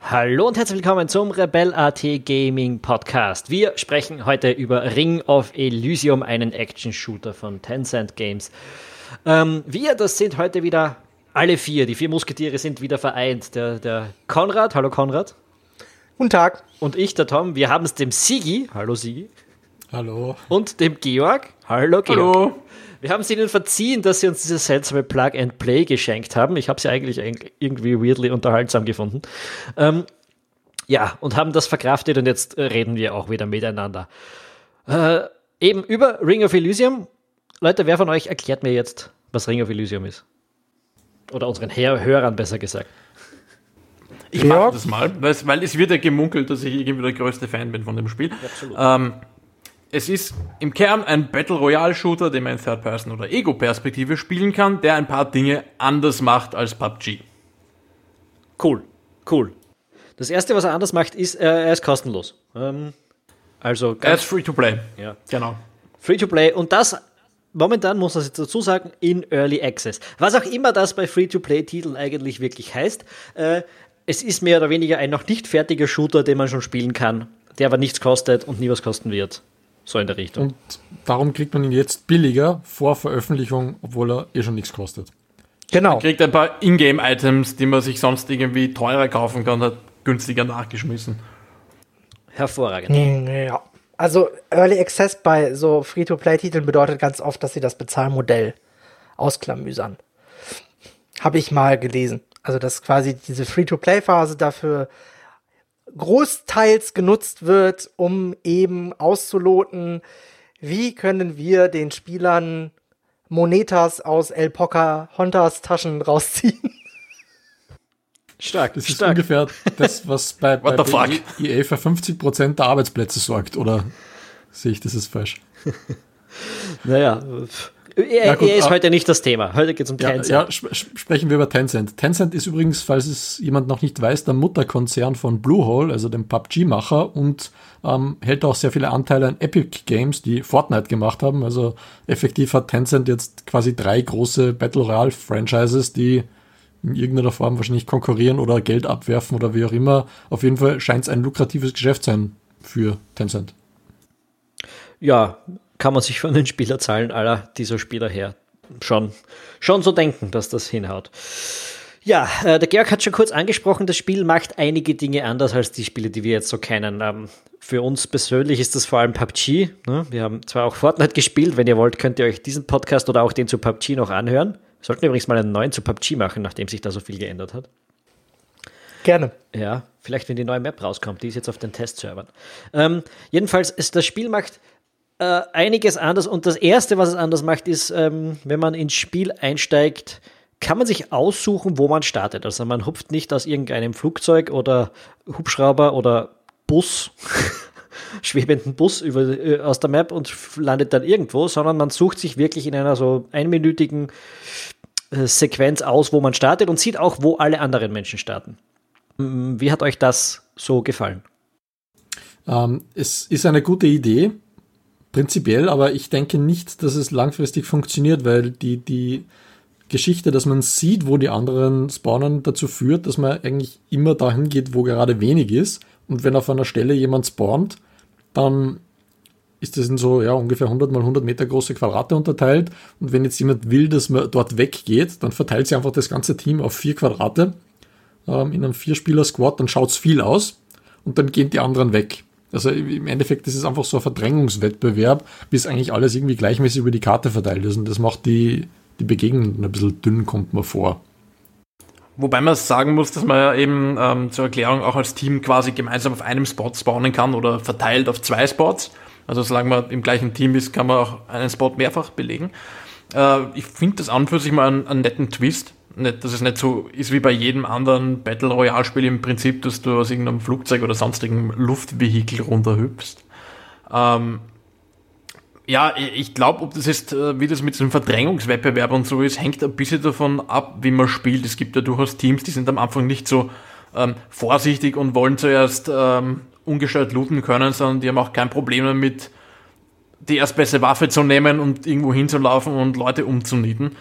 Hallo und herzlich willkommen zum Rebel.at Gaming Podcast. Wir sprechen heute über Ring of Elysium, einen Action-Shooter von Tencent Games. Das sind heute wieder alle vier. Die 4 Musketiere sind wieder vereint. Der Konrad, hallo Konrad. Guten Tag. Und ich, der Tom, wir haben es dem Sigi, hallo Sigi. Hallo. Und dem Georg, hallo Georg. Hallo. Wir haben es ihnen verziehen, dass sie uns dieses seltsame Plug-and-Play geschenkt haben. Ich habe sie eigentlich irgendwie weirdly unterhaltsam gefunden. Und haben das verkraftet und jetzt reden wir auch wieder miteinander. Eben über Ring of Elysium. Leute, wer von euch erklärt mir jetzt, was Ring of Elysium ist? Oder unseren Hörern besser gesagt. Ich mache das mal, weil es wird ja gemunkelt, dass ich irgendwie der größte Fan bin von dem Spiel. Absolut. Es ist im Kern ein Battle-Royale-Shooter, den man in Third-Person- oder Ego-Perspektive spielen kann, der ein paar Dinge anders macht als PUBG. Cool. Das Erste, was er anders macht, ist, er ist kostenlos. Er ist Free-to-Play. Ja. Genau. Free-to-Play und das, momentan muss man jetzt dazu sagen, in Early Access. Was auch immer das bei Free-to-Play-Titeln eigentlich wirklich heißt, es ist mehr oder weniger ein noch nicht fertiger Shooter, den man schon spielen kann, der aber nichts kostet und nie was kosten wird. So in der Richtung. Und warum kriegt man ihn jetzt billiger vor Veröffentlichung, obwohl er schon nichts kostet? Genau. Man kriegt ein paar Ingame-Items, die man sich sonst irgendwie teurer kaufen kann, hat günstiger nachgeschmissen. Hervorragend. Ja. Also Early Access bei so Free-to-Play-Titeln bedeutet ganz oft, dass sie das Bezahlmodell ausklamüsern. Habe ich mal gelesen. Also dass quasi diese Free-to-Play-Phase dafür großteils genutzt wird, um eben auszuloten, wie können wir den Spielern Monetas aus El Pocahontas Taschen rausziehen. Stark. Das ist ungefähr das, was bei EA für 50% der Arbeitsplätze sorgt, oder sehe ich das ist falsch? Naja, EA ist heute nicht das Thema. Heute geht es um Tencent. Ja, sprechen wir über Tencent. Tencent ist übrigens, falls es jemand noch nicht weiß, der Mutterkonzern von Bluehole, also dem PUBG-Macher, und hält auch sehr viele Anteile an Epic Games, die Fortnite gemacht haben. Also effektiv hat Tencent jetzt quasi 3 große Battle Royale-Franchises, die in irgendeiner Form wahrscheinlich konkurrieren oder Geld abwerfen oder wie auch immer. Auf jeden Fall scheint es ein lukratives Geschäft sein für Tencent. Ja, kann man sich von den Spielerzahlen aller dieser Spieler her schon so denken, dass das hinhaut. Ja, der Georg hat schon kurz angesprochen, das Spiel macht einige Dinge anders als die Spiele, die wir jetzt so kennen. Für uns persönlich ist das vor allem PUBG. Ne? Wir haben zwar auch Fortnite gespielt, wenn ihr wollt, könnt ihr euch diesen Podcast oder auch den zu PUBG noch anhören. Wir sollten übrigens mal einen neuen zu PUBG machen, nachdem sich da so viel geändert hat. Gerne. Ja, vielleicht wenn die neue Map rauskommt, die ist jetzt auf den Testservern. Jedenfalls, das Spiel macht einiges anders und das Erste, was es anders macht, ist, wenn man ins Spiel einsteigt, kann man sich aussuchen, wo man startet. Also man hupft nicht aus irgendeinem Flugzeug oder Hubschrauber oder Bus, schwebenden Bus aus der Map und landet dann irgendwo, sondern man sucht sich wirklich in einer so einminütigen Sequenz aus, wo man startet und sieht auch, wo alle anderen Menschen starten. Wie hat euch das so gefallen? Es ist eine gute Idee, prinzipiell, aber ich denke nicht, dass es langfristig funktioniert, weil die Geschichte, dass man sieht, wo die anderen spawnen, dazu führt, dass man eigentlich immer dahin geht, wo gerade wenig ist. Und wenn auf einer Stelle jemand spawnt, dann ist das in so ungefähr 100 mal 100 Meter große Quadrate unterteilt. Und wenn jetzt jemand will, dass man dort weggeht, dann verteilt sich einfach das ganze Team auf 4 Quadrate in einem 4-Spieler-Squad, dann schaut es viel aus und dann gehen die anderen weg. Also im Endeffekt ist es einfach so ein Verdrängungswettbewerb, bis eigentlich alles irgendwie gleichmäßig über die Karte verteilt ist. Und das macht die Begegnungen ein bisschen dünn, kommt mir vor. Wobei man sagen muss, dass man ja eben zur Erklärung auch als Team quasi gemeinsam auf einem Spot spawnen kann oder verteilt auf 2 Spots. Also solange man im gleichen Team ist, kann man auch einen Spot mehrfach belegen. Ich finde das an und für sich mal einen netten Twist. Nicht, dass es nicht so ist wie bei jedem anderen Battle Royale Spiel im Prinzip, dass du aus irgendeinem Flugzeug oder sonstigen Luftvehikel runterhüpfst. Ich glaube, ob das jetzt, wie das mit so einem Verdrängungswettbewerb und so ist, hängt ein bisschen davon ab, wie man spielt. Es gibt ja durchaus Teams, die sind am Anfang nicht so vorsichtig und wollen zuerst ungestört looten können, sondern die haben auch kein Problem damit, die erstbeste Waffe zu nehmen und irgendwo hinzulaufen und Leute umzunieten.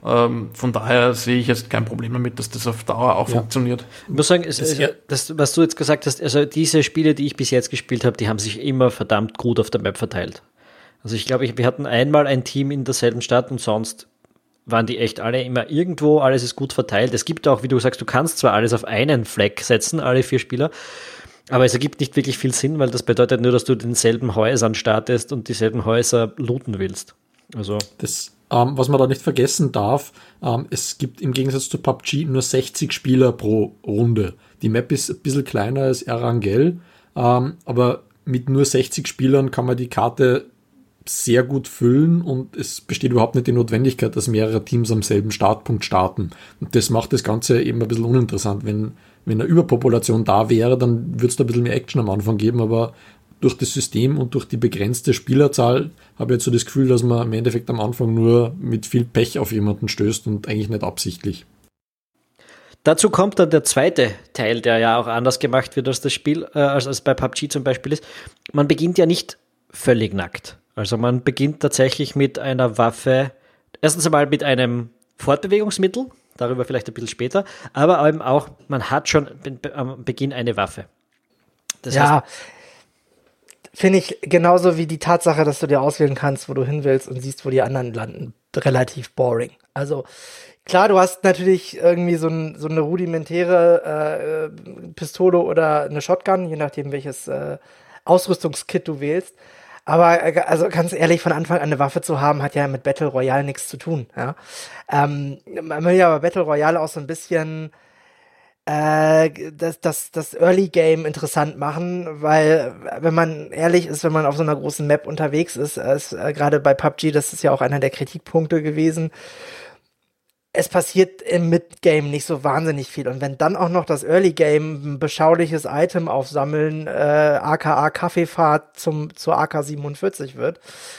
Von daher sehe ich jetzt kein Problem damit, dass das auf Dauer auch funktioniert. Ich muss sagen, was du jetzt gesagt hast, also diese Spiele, die ich bis jetzt gespielt habe, die haben sich immer verdammt gut auf der Map verteilt. Also ich glaube, wir hatten einmal ein Team in derselben Stadt und sonst waren die echt alle immer irgendwo, alles ist gut verteilt. Es gibt auch, wie du sagst, du kannst zwar alles auf einen Fleck setzen, alle 4 Spieler, aber es ergibt nicht wirklich viel Sinn, weil das bedeutet nur, dass du denselben Häusern startest und dieselben Häuser looten willst. Also das, was man da nicht vergessen darf, es gibt im Gegensatz zu PUBG nur 60 Spieler pro Runde. Die Map ist ein bisschen kleiner als Erangel, aber mit nur 60 Spielern kann man die Karte sehr gut füllen und es besteht überhaupt nicht die Notwendigkeit, dass mehrere Teams am selben Startpunkt starten. Und das macht das Ganze eben ein bisschen uninteressant. Wenn eine Überpopulation da wäre, dann würde es da ein bisschen mehr Action am Anfang geben, aber durch das System und durch die begrenzte Spielerzahl habe ich jetzt so das Gefühl, dass man im Endeffekt am Anfang nur mit viel Pech auf jemanden stößt und eigentlich nicht absichtlich. Dazu kommt dann der zweite Teil, der ja auch anders gemacht wird als das Spiel, als bei PUBG zum Beispiel ist. Man beginnt ja nicht völlig nackt. Also man beginnt tatsächlich mit einer Waffe, erstens einmal mit einem Fortbewegungsmittel, darüber vielleicht ein bisschen später, aber eben auch, man hat schon am Beginn eine Waffe. Das heißt, finde ich genauso wie die Tatsache, dass du dir auswählen kannst, wo du hin willst und siehst, wo die anderen landen, relativ boring. Also klar, du hast natürlich irgendwie so eine rudimentäre Pistole oder eine Shotgun, je nachdem welches Ausrüstungskit du wählst. Aber also ganz ehrlich, von Anfang an eine Waffe zu haben, hat ja mit Battle Royale nichts zu tun. Ja? Man will ja bei Battle Royale auch so ein bisschen das Early Game interessant machen, weil, wenn man ehrlich ist, wenn man auf so einer großen Map unterwegs ist gerade bei PUBG, das ist ja auch einer der Kritikpunkte gewesen, es passiert im Mid-Game nicht so wahnsinnig viel. Und wenn dann auch noch das Early-Game ein beschauliches Item aufsammeln, aka Kaffeefahrt zur AK-47 wird,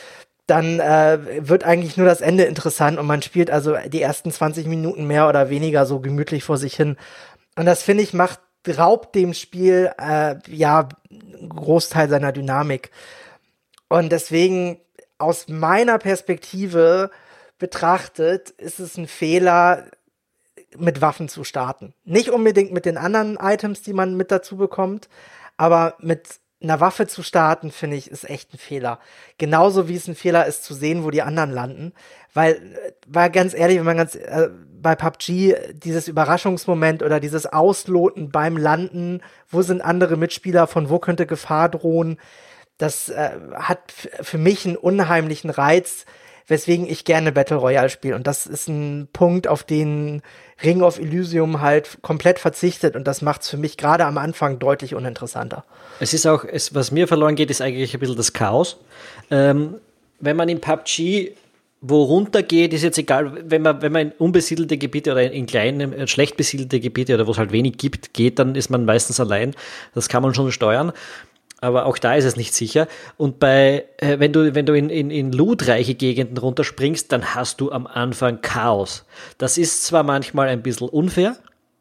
dann wird eigentlich nur das Ende interessant und man spielt also die ersten 20 Minuten mehr oder weniger so gemütlich vor sich hin. Und das, finde ich, raubt dem Spiel einen Großteil seiner Dynamik. Und deswegen, aus meiner Perspektive betrachtet, ist es ein Fehler, mit Waffen zu starten. Nicht unbedingt mit den anderen Items, die man mit dazu bekommt, aber mit einer Waffe zu starten, finde ich, ist echt ein Fehler. Genauso wie es ein Fehler ist, zu sehen, wo die anderen landen. Weil ganz ehrlich, wenn man bei PUBG dieses Überraschungsmoment oder dieses Ausloten beim Landen, wo sind andere Mitspieler, von wo könnte Gefahr drohen, das hat für mich einen unheimlichen Reiz, weswegen ich gerne Battle Royale spiele. Und das ist ein Punkt, auf den Ring of Elysium halt komplett verzichtet. Und das macht es für mich gerade am Anfang deutlich uninteressanter. Es ist auch, was mir verloren geht, ist eigentlich ein bisschen das Chaos. Wenn man in PUBG wo runter geht, ist jetzt egal, wenn man in unbesiedelte Gebiete oder in kleine, schlecht besiedelte Gebiete oder wo es halt wenig geht, dann ist man meistens allein. Das kann man schon steuern. Aber auch da ist es nicht sicher. Und wenn du in lootreiche Gegenden runterspringst, dann hast du am Anfang Chaos. Das ist zwar manchmal ein bisschen unfair,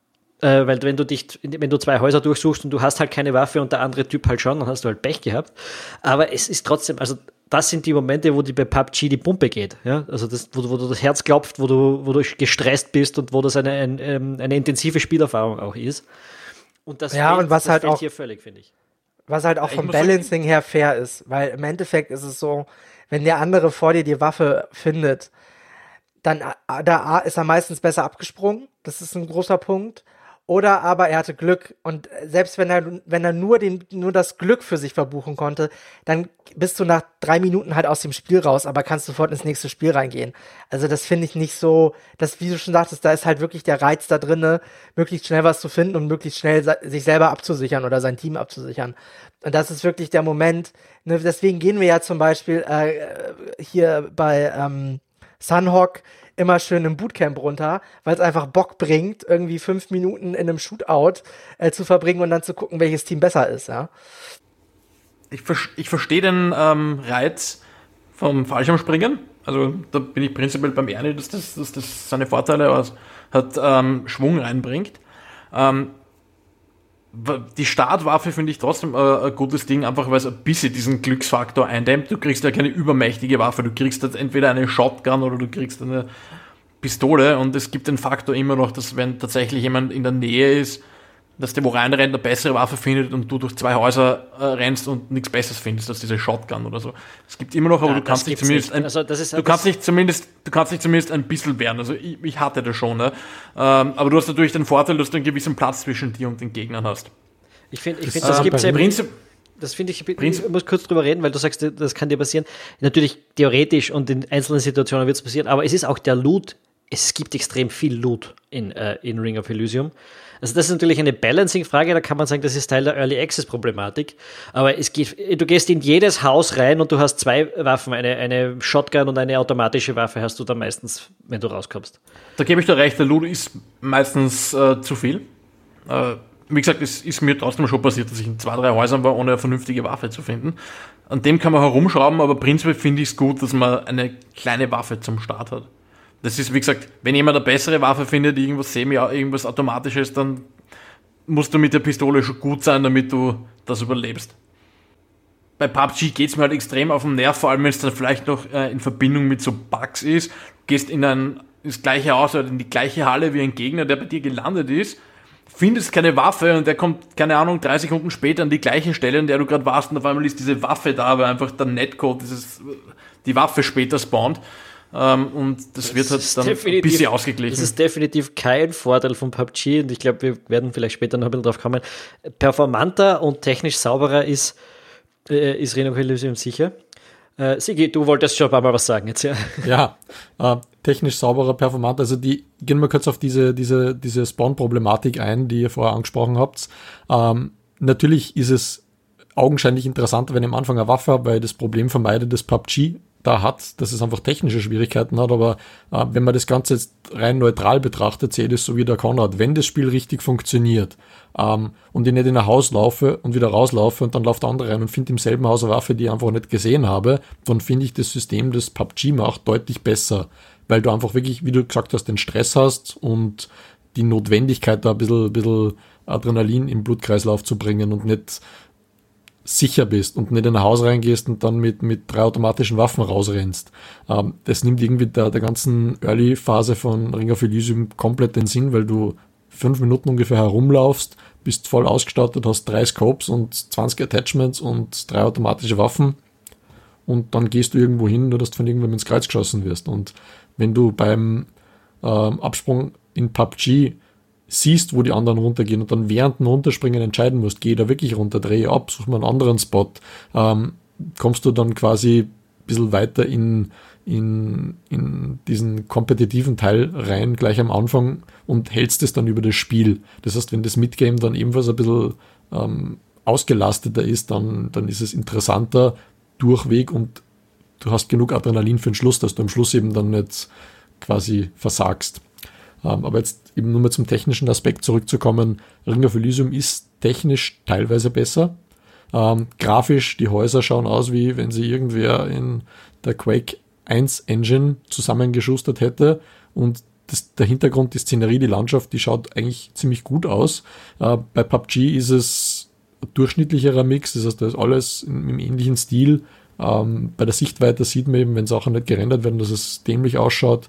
weil wenn du 2 Häuser durchsuchst und du hast halt keine Waffe und der andere Typ halt schon, dann hast du halt Pech gehabt. Aber es ist trotzdem, also das sind die Momente, wo die bei PUBG die Pumpe geht. Ja? Also wo du das Herz klopft, wo du gestresst bist und wo das eine intensive Spielerfahrung auch ist. Und das fehlt hier völlig, finde ich. Was halt auch vom Balancing her fair ist, weil im Endeffekt ist es so, wenn der andere vor dir die Waffe findet, dann da ist er meistens besser abgesprungen, das ist ein großer Punkt, oder aber er hatte Glück und selbst wenn er nur das Glück für sich verbuchen konnte, dann bist du nach 3 Minuten halt aus dem Spiel raus, aber kannst sofort ins nächste Spiel reingehen. Also das finde ich nicht so, wie du schon sagtest, da ist halt wirklich der Reiz da drinne, möglichst schnell was zu finden und möglichst schnell sich selber abzusichern oder sein Team abzusichern. Und das ist wirklich der Moment, ne, deswegen gehen wir ja zum Beispiel hier bei Sunhawk immer schön im Bootcamp runter, weil es einfach Bock bringt, irgendwie 5 Minuten in einem Shootout zu verbringen und dann zu gucken, welches Team besser ist, ja. Ich verstehe den Reiz vom Fallschirmspringen. Also da bin ich prinzipiell beim Ernie, dass das seine Vorteile hat, Schwung reinbringt. Die Startwaffe finde ich trotzdem ein gutes Ding, einfach weil es ein bisschen diesen Glücksfaktor eindämmt. Du kriegst ja keine übermächtige Waffe, du kriegst jetzt entweder eine Shotgun oder du kriegst eine Pistole und es gibt den Faktor immer noch, dass wenn tatsächlich jemand in der Nähe ist, dass der wo reinrennt, eine bessere Waffe findet und du durch 2 Häuser rennst und nichts Besseres findest als diese Shotgun oder so. Es gibt immer noch, aber du kannst dich zumindest du kannst dich zumindest ein bisschen wehren. Also ich hatte das schon, ne? Aber du hast natürlich den Vorteil, dass du einen gewissen Platz zwischen dir und den Gegnern hast. Ich finde, das gibt es ja im Prinzip. Das finde ich muss kurz drüber reden, weil du sagst, das kann dir passieren. Natürlich theoretisch und in einzelnen Situationen wird es passieren, aber es ist auch der Loot. Es gibt extrem viel Loot in Ring of Elysium. Also das ist natürlich eine Balancing-Frage, da kann man sagen, das ist Teil der Early Access-Problematik. Aber du gehst in jedes Haus rein und du hast 2 Waffen, eine Shotgun und eine automatische Waffe hast du dann meistens, wenn du rauskommst. Da gebe ich dir recht, der Loot ist meistens zu viel. Wie gesagt, es ist mir trotzdem schon passiert, dass ich in 2, 3 Häusern war, ohne eine vernünftige Waffe zu finden. An dem kann man herumschrauben, aber prinzipiell finde ich es gut, dass man eine kleine Waffe zum Start hat. Das ist, wie gesagt, wenn jemand eine bessere Waffe findet, irgendwas Automatisches, dann musst du mit der Pistole schon gut sein, damit du das überlebst. Bei PUBG geht es mir halt extrem auf den Nerv, vor allem wenn es dann vielleicht noch in Verbindung mit so Bugs ist. Du gehst in das gleiche Haus oder in die gleiche Halle wie ein Gegner, der bei dir gelandet ist, findest keine Waffe und der kommt, keine Ahnung, 3 Sekunden später an die gleiche Stelle, an der du gerade warst und auf einmal ist diese Waffe da, weil einfach der Netcode die Waffe später spawnt. Und das wird halt dann ein bisschen ausgeglichen. Das ist definitiv kein Vorteil von PUBG und ich glaube, wir werden vielleicht später noch ein bisschen drauf kommen. Performanter und technisch sauberer ist Ring of Elysium sicher. Sigi, du wolltest schon ein paar Mal was sagen jetzt, ja. Ja, technisch sauberer, performanter. Also gehen wir kurz auf diese Spawn-Problematik ein, die ihr vorher angesprochen habt. Natürlich ist es augenscheinlich interessanter, wenn ich am Anfang eine Waffe habe, weil das Problem vermeidet, das PUBG da hat, dass es einfach technische Schwierigkeiten hat, aber wenn man das Ganze jetzt rein neutral betrachtet, sehe ich das so wie der Konrad. Wenn das Spiel richtig funktioniert und ich nicht in ein Haus laufe und wieder rauslaufe und dann läuft der andere rein und finde im selben Haus eine Waffe, die ich einfach nicht gesehen habe, dann finde ich das System, das PUBG macht, deutlich besser, weil du einfach wirklich, wie du gesagt hast, den Stress hast und die Notwendigkeit, da ein bisschen Adrenalin im Blutkreislauf zu bringen und nicht sicher bist und nicht in ein Haus reingehst und dann mit 3 automatischen Waffen rausrennst. Das nimmt irgendwie der ganzen Early-Phase von Ring of Elysium komplett den Sinn, weil du 5 Minuten ungefähr herumlaufst, bist voll ausgestattet, hast 3 Scopes und 20 Attachments und 3 automatische Waffen und dann gehst du irgendwo hin, nur dass du von irgendwem ins Kreuz geschossen wirst. Und wenn du beim Absprung in PUBG siehst, wo die anderen runtergehen und dann während dem Runterspringen entscheiden musst, gehe da wirklich runter, drehe ab, such mal einen anderen Spot, kommst du dann quasi ein bisschen weiter in diesen kompetitiven Teil rein, gleich am Anfang und hältst es dann über das Spiel. Das heißt, wenn das Midgame dann ebenfalls ein bisschen ausgelasteter ist, dann ist es interessanter durchweg und du hast genug Adrenalin für den Schluss, dass du am Schluss eben dann nicht quasi versagst. Aber jetzt eben nur mal zum technischen Aspekt zurückzukommen. Ring of Elysium ist technisch teilweise besser. Grafisch, die Häuser schauen aus, wie wenn sie irgendwer in der Quake 1 Engine zusammengeschustert hätte. Und der Hintergrund, die Szenerie, die Landschaft, die schaut eigentlich ziemlich gut aus. Bei PUBG ist es ein durchschnittlicherer Mix. Das heißt, da ist alles im ähnlichen Stil. Bei der Sichtweite sieht man eben, wenn Sachen nicht gerendert werden, dass es dämlich ausschaut.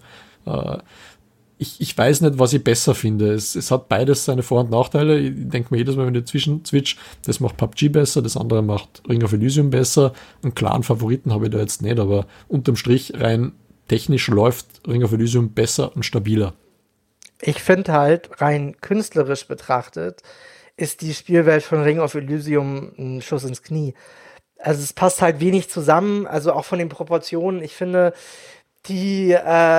Ich weiß nicht, was ich besser finde. Es hat beides seine Vor- und Nachteile. Ich denke mir jedes Mal, wenn ich dazwischen switch, das macht PUBG besser, das andere macht Ring of Elysium besser. Einen klaren Favoriten habe ich da jetzt nicht, aber unterm Strich rein technisch läuft Ring of Elysium besser und stabiler. Ich finde halt, rein künstlerisch betrachtet, ist die Spielwelt von Ring of Elysium ein Schuss ins Knie. Also es passt halt wenig zusammen, also auch von den Proportionen. Ich finde, die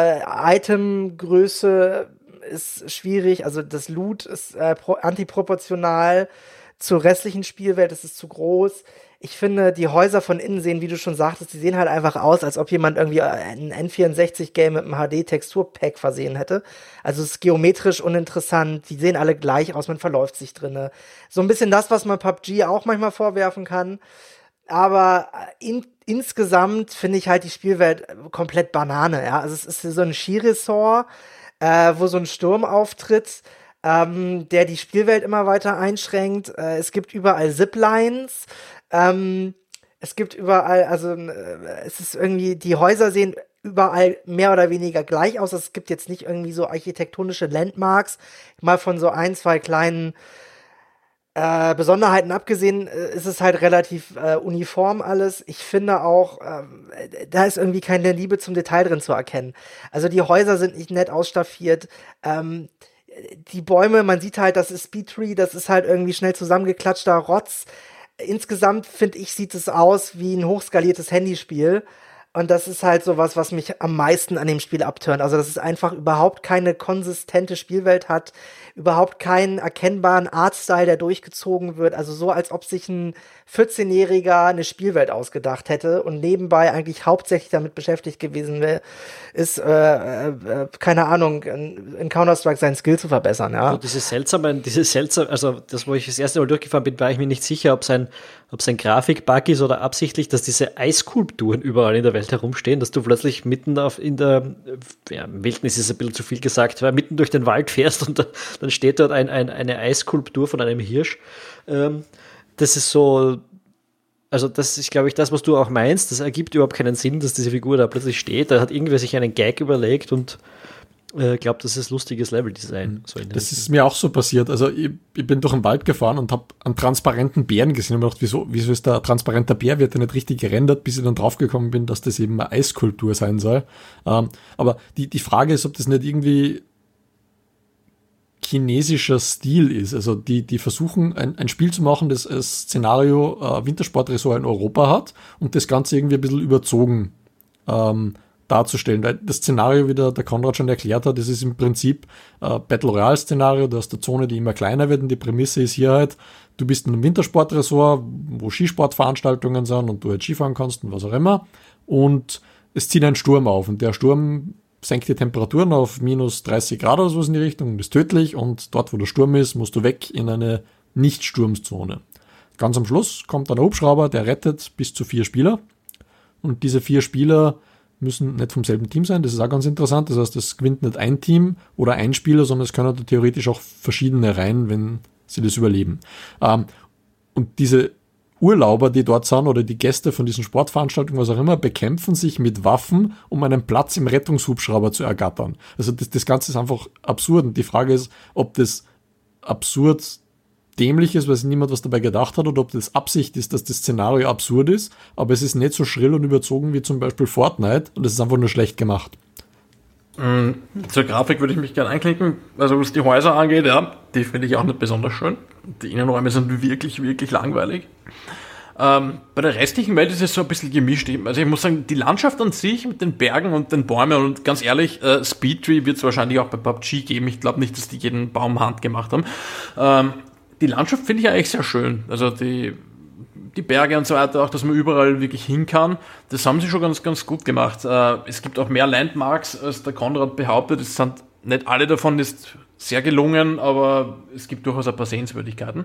Itemgröße ist schwierig, also das Loot ist antiproportional zur restlichen Spielwelt, es ist zu groß. Ich finde, die Häuser von innen sehen, wie du schon sagtest, die sehen halt einfach aus, als ob jemand irgendwie ein N64-Game mit einem HD-Texturpack versehen hätte. Also es ist geometrisch uninteressant, die sehen alle gleich aus, man verläuft sich drinne. So ein bisschen das, was man PUBG auch manchmal vorwerfen kann. Aber insgesamt finde ich halt die Spielwelt komplett Banane, ja. Also es ist so ein Skiresort, wo so ein Sturm auftritt, der die Spielwelt immer weiter einschränkt. Es gibt überall Ziplines. Es gibt überall, also es ist irgendwie, die Häuser sehen überall mehr oder weniger gleich aus. Es gibt jetzt nicht irgendwie so architektonische Landmarks. Mal von so ein, zwei kleinen Besonderheiten abgesehen, ist es halt relativ uniform alles. Ich finde auch, da ist irgendwie keine Liebe zum Detail drin zu erkennen. Also die Häuser sind nicht nett ausstaffiert. Die Bäume, man sieht halt, das ist Speedtree, das ist halt irgendwie schnell zusammengeklatschter Rotz. Insgesamt, finde ich, sieht es aus wie ein hochskaliertes Handyspiel. Und das ist halt sowas, was mich am meisten an dem Spiel abturnt. Also, dass es einfach überhaupt keine konsistente Spielwelt hat, überhaupt keinen erkennbaren Artstyle, der durchgezogen wird. Also so, als ob sich ein 14-Jähriger eine Spielwelt ausgedacht hätte und nebenbei eigentlich hauptsächlich damit beschäftigt gewesen wäre, ist, keine Ahnung, in Counter-Strike seinen Skill zu verbessern, ja. Also also das, wo ich das erste Mal durchgefahren bin, war ich mir nicht sicher, ob sein Grafikbug ist oder absichtlich, dass diese Eisskulpturen überall in der Welt herumstehen, dass du plötzlich mitten Wildnis ist ein bisschen zu viel gesagt, weil mitten durch den Wald fährst und dann steht dort eine Eisskulptur von einem Hirsch. Das ist so, also das ist, glaube ich, das, was du auch meinst. Das ergibt überhaupt keinen Sinn, dass diese Figur da plötzlich steht. Da hat irgendwer sich einen Gag überlegt und glaube, das ist lustiges Leveldesign. So das ist mir auch so passiert. Also ich bin durch den Wald gefahren und habe einen transparenten Bären gesehen und mir gedacht, wieso ist da ein transparenter Bär, wird ja nicht richtig gerendert, bis ich dann draufgekommen bin, dass das eben eine Eiskultur sein soll. Aber die Frage ist, ob das nicht irgendwie chinesischer Stil ist. Also die versuchen, ein Spiel zu machen, das als Szenario Wintersportresort in Europa hat und das Ganze irgendwie ein bisschen überzogen darzustellen, weil das Szenario, wie der Konrad schon erklärt hat, das ist im Prinzip Battle Royale Szenario, du hast eine Zone, die immer kleiner wird und die Prämisse ist hier halt, du bist in einem Wintersportresort, wo Skisportveranstaltungen sind und du halt Skifahren kannst und was auch immer und es zieht ein Sturm auf und der Sturm senkt die Temperaturen auf minus 30 Grad oder sowas in die Richtung und ist tödlich und dort, wo der Sturm ist, musst du weg in eine Nicht-Sturmszone. Ganz am Schluss kommt dann ein Hubschrauber, der rettet bis zu 4 Spieler und diese 4 Spieler müssen nicht vom selben Team sein, das ist auch ganz interessant, das heißt, es gewinnt nicht ein Team oder ein Spieler, sondern es können da theoretisch auch verschiedene rein, wenn sie das überleben. Und diese Urlauber, die dort sind oder die Gäste von diesen Sportveranstaltungen, was auch immer, bekämpfen sich mit Waffen, um einen Platz im Rettungshubschrauber zu ergattern. Also das Ganze ist einfach absurd und die Frage ist, ob das absurd dämlich ist, weil sich niemand was dabei gedacht hat oder ob das Absicht ist, dass das Szenario absurd ist, aber es ist nicht so schrill und überzogen wie zum Beispiel Fortnite und es ist einfach nur schlecht gemacht. Zur Grafik würde ich mich gerne einklinken. Also was die Häuser angeht, ja, die finde ich auch nicht besonders schön. Die Innenräume sind wirklich, wirklich langweilig. Bei der restlichen Welt ist es so ein bisschen gemischt. Also ich muss sagen, die Landschaft an sich mit den Bergen und den Bäumen und ganz ehrlich, Speedtree wird es wahrscheinlich auch bei PUBG geben. Ich glaube nicht, dass die jeden Baum handgemacht haben. Die Landschaft finde ich eigentlich sehr schön. Also die Berge und so weiter, auch dass man überall wirklich hin kann, das haben sie schon ganz, ganz gut gemacht. Es gibt auch mehr Landmarks, als der Konrad behauptet. Es sind nicht alle davon ist sehr gelungen, aber es gibt durchaus ein paar Sehenswürdigkeiten.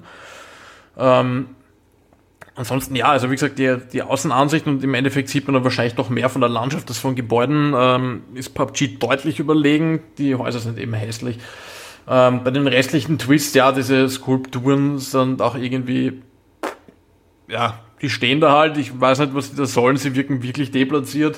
Ansonsten, ja, also wie gesagt, die Außenansicht und im Endeffekt sieht man dann wahrscheinlich noch mehr von der Landschaft als von Gebäuden. Ist PUBG deutlich überlegen. Die Häuser sind eben hässlich. Bei den restlichen Twists, ja, diese Skulpturen sind auch irgendwie, ja, die stehen da halt. Ich weiß nicht, was die da sollen. Sie wirken wirklich deplatziert.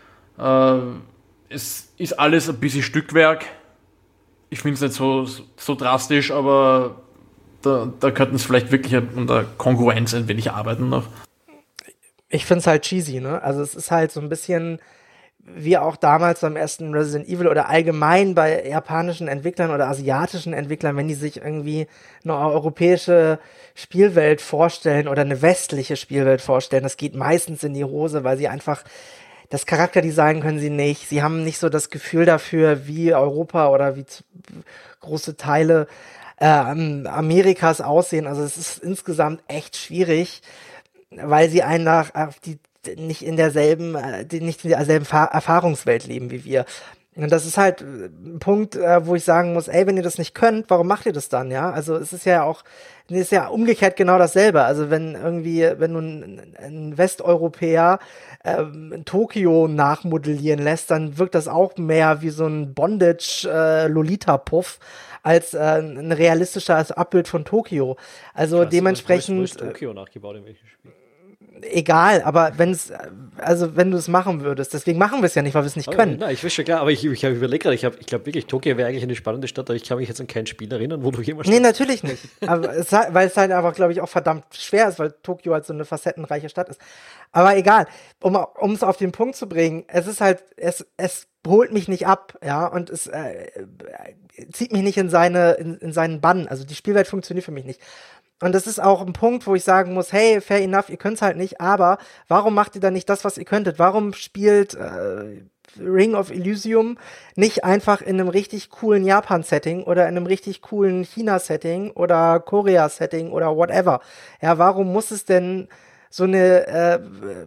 Es ist alles ein bisschen Stückwerk. Ich finde es nicht so drastisch, aber da könnten es vielleicht wirklich an der Kongruenz ein wenig arbeiten noch. Ich finde es halt cheesy, ne? Also es ist halt so ein bisschen wie auch damals beim ersten Resident Evil oder allgemein bei japanischen Entwicklern oder asiatischen Entwicklern, wenn die sich irgendwie eine europäische Spielwelt vorstellen oder eine westliche Spielwelt vorstellen, das geht meistens in die Hose, weil sie einfach das Charakterdesign können sie nicht. Sie haben nicht so das Gefühl dafür, wie Europa oder wie große Teile Amerikas aussehen. Also es ist insgesamt echt schwierig, weil sie einfach nicht in derselben Erfahrungswelt leben wie wir. Und das ist halt ein Punkt, wo ich sagen muss, ey, wenn ihr das nicht könnt, warum macht ihr das dann, ja? Also es ist ja auch, ist ja umgekehrt genau dasselbe. Also wenn du ein Westeuropäer Tokio nachmodellieren lässt, dann wirkt das auch mehr wie so ein Bondage-Lolita-Puff als ein realistisches Abbild von Tokio. Also krass, dementsprechend. Tokio nachgebaut in welchem Spiel? egal, aber wenn du es machen würdest, deswegen machen wir es ja nicht, weil wir es nicht können. Nein, ich weiß schon klar, aber ich überlege gerade, ich glaube wirklich, Tokio wäre eigentlich eine spannende Stadt, aber ich kann mich jetzt an kein Spiel erinnern, wo du jemals... Nee, natürlich nicht. Aber weil es halt einfach, glaube ich, auch verdammt schwer ist, weil Tokio halt so eine facettenreiche Stadt ist. Aber egal, um es auf den Punkt zu bringen, es ist halt, es holt mich nicht ab, ja, und es zieht mich nicht in seinen Bann. Also die Spielwelt funktioniert für mich nicht. Und das ist auch ein Punkt, wo ich sagen muss, hey, fair enough, ihr könnt's halt nicht, aber warum macht ihr dann nicht das, was ihr könntet? Warum spielt Ring of Elysium nicht einfach in einem richtig coolen Japan-Setting oder in einem richtig coolen China-Setting oder Korea-Setting oder whatever? Ja, warum muss es denn so eine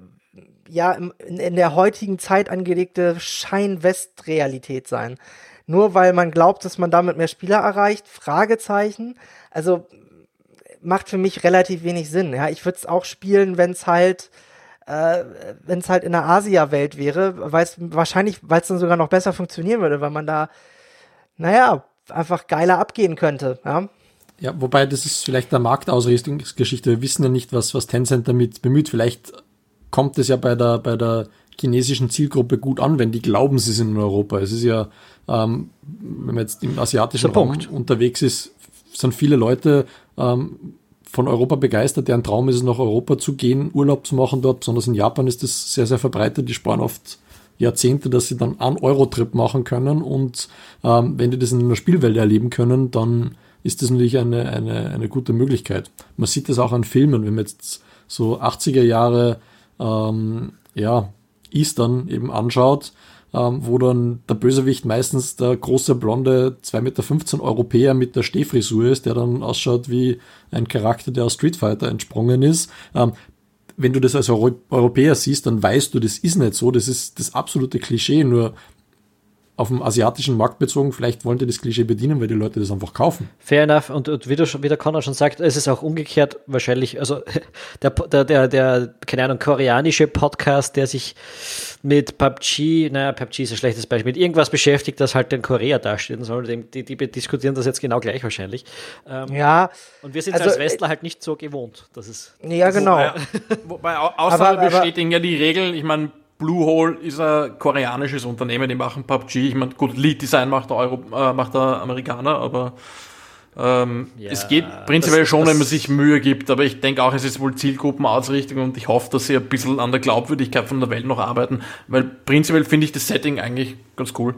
in der heutigen Zeit angelegte Schein-West-Realität sein? Nur weil man glaubt, dass man damit mehr Spieler erreicht? Fragezeichen. Also macht für mich relativ wenig Sinn. Ja, ich würde es auch spielen, wenn es halt in der Asia-Welt wäre, weil es dann sogar noch besser funktionieren würde, weil man da, einfach geiler abgehen könnte. Ja, ja, wobei das ist vielleicht eine Marktausrichtungsgeschichte. Wir wissen ja nicht, was Tencent damit bemüht. Vielleicht kommt es ja bei der chinesischen Zielgruppe gut an, wenn die glauben, sie sind in Europa. Es ist ja, wenn man jetzt im asiatischen Raum unterwegs ist, sind viele Leute von Europa begeistert, deren Traum ist es, nach Europa zu gehen, Urlaub zu machen dort. Besonders in Japan ist das sehr, sehr verbreitet. Die sparen oft Jahrzehnte, dass sie dann einen Euro-Trip machen können. Und wenn die das in einer Spielwelt erleben können, dann ist das natürlich eine gute Möglichkeit. Man sieht das auch an Filmen, wenn man jetzt so 80er Jahre Eastern eben anschaut, wo dann der Bösewicht meistens der große, blonde 2,15 Meter Europäer mit der Stehfrisur ist, der dann ausschaut wie ein Charakter, der aus Street Fighter entsprungen ist. Wenn du das als Europäer siehst, dann weißt du, das ist nicht so, das ist das absolute Klischee, nur auf dem asiatischen Markt bezogen, vielleicht wollen die das Klischee bedienen, weil die Leute das einfach kaufen. Fair enough. Und wie der Conor schon sagt, es ist auch umgekehrt wahrscheinlich, also der keine Ahnung, koreanische Podcast, der sich mit PUBG ist ein schlechtes Beispiel, mit irgendwas beschäftigt, das halt in Korea dastehen soll. Die diskutieren das jetzt genau gleich wahrscheinlich. Ja. Und wir sind es als Westler halt nicht so gewohnt. Genau. Wobei Ausnahmen bestätigen ja die Regel, ich meine, Bluehole ist ein koreanisches Unternehmen, die machen PUBG. Ich meine, gut, Lead Design macht der Amerikaner, aber es geht prinzipiell schon, wenn man sich Mühe gibt. Aber ich denke auch, es ist wohl Zielgruppenausrichtung und ich hoffe, dass sie ein bisschen an der Glaubwürdigkeit von der Welt noch arbeiten, weil prinzipiell finde ich das Setting eigentlich ganz cool.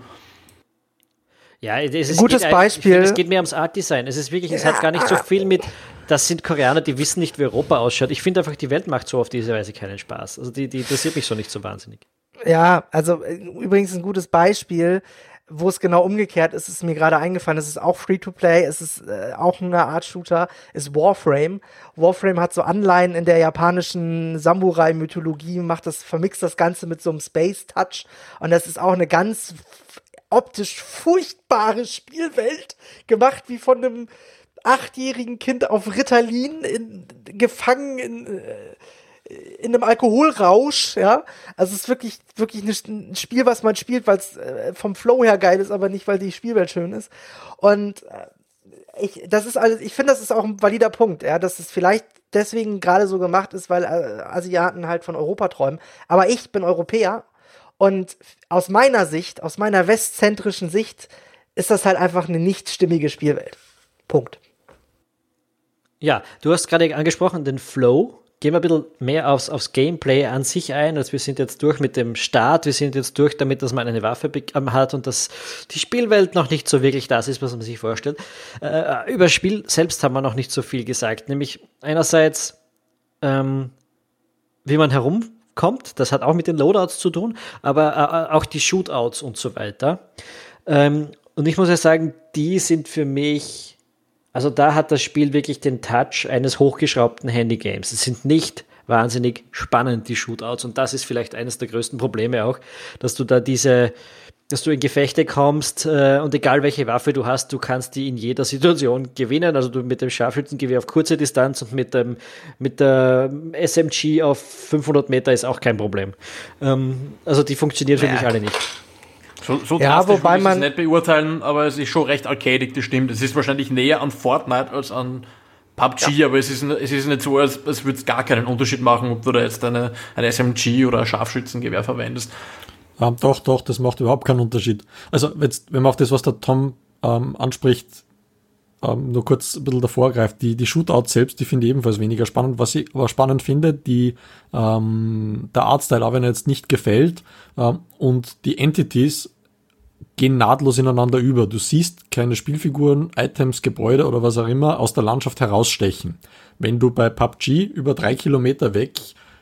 Ja, es gutes Beispiel. Es geht mehr ums Art-Design. Es ist wirklich, es hat gar nicht so viel mit, das sind Koreaner, die wissen nicht, wie Europa ausschaut. Ich finde einfach, die Welt macht so auf diese Weise keinen Spaß. Also die interessiert mich so nicht so wahnsinnig. Ja, also übrigens ein gutes Beispiel, wo es genau umgekehrt ist, ist mir gerade eingefallen. Es ist auch Free-to-Play, es ist auch eine Art Shooter, ist Warframe. Warframe hat so Anleihen in der japanischen Samurai-Mythologie, vermixt das Ganze mit so einem Space-Touch und das ist auch eine ganz optisch furchtbare Spielwelt, gemacht wie von einem 8-jährigen Kind auf Ritalin, gefangen in einem Alkoholrausch, ja. Also es ist wirklich ein Spiel, was man spielt, weil es vom Flow her geil ist, aber nicht, weil die Spielwelt schön ist. Und ich finde, das ist auch ein valider Punkt, ja, dass es vielleicht deswegen gerade so gemacht ist, weil Asiaten halt von Europa träumen. Aber ich bin Europäer und aus meiner westzentrischen Sicht, ist das halt einfach eine nicht stimmige Spielwelt. Punkt. Ja, du hast gerade angesprochen, den Flow. Gehen wir ein bisschen mehr aufs Gameplay an sich ein. Also wir sind jetzt durch mit dem Start, wir sind jetzt durch damit, dass man eine Waffe hat und dass die Spielwelt noch nicht so wirklich das ist, was man sich vorstellt. Über das Spiel selbst haben wir noch nicht so viel gesagt. Nämlich einerseits, wie man herumkommt, das hat auch mit den Loadouts zu tun, aber auch die Shootouts und so weiter. Und ich muss ja sagen, die sind für mich... Also da hat das Spiel wirklich den Touch eines hochgeschraubten Handygames. Es sind nicht wahnsinnig spannend, die Shootouts. Und das ist vielleicht eines der größten Probleme auch, dass du da dass du in Gefechte kommst und egal welche Waffe du hast, du kannst die in jeder Situation gewinnen. Also du mit dem Scharfschützengewehr auf kurze Distanz und mit der SMG auf 500 Meter ist auch kein Problem. Also die funktionieren für mich alle nicht. So drastisch will ich es nicht beurteilen, aber es ist schon recht arcadig, das stimmt. Es ist wahrscheinlich näher an Fortnite als an PUBG, aber es ist nicht so, als würde es gar keinen Unterschied machen, ob du da jetzt ein SMG oder ein Scharfschützengewehr verwendest. Doch, das macht überhaupt keinen Unterschied. Also wenn man auf das, was der Tom anspricht, nur kurz ein bisschen davor greift, die Shootouts selbst, die finde ich ebenfalls weniger spannend. Was ich aber spannend finde, der Artstyle, auch wenn er jetzt nicht gefällt, und die Entities gehen nahtlos ineinander über. Du siehst keine Spielfiguren, Items, Gebäude oder was auch immer aus der Landschaft herausstechen. Wenn du bei PUBG über 3 Kilometer weg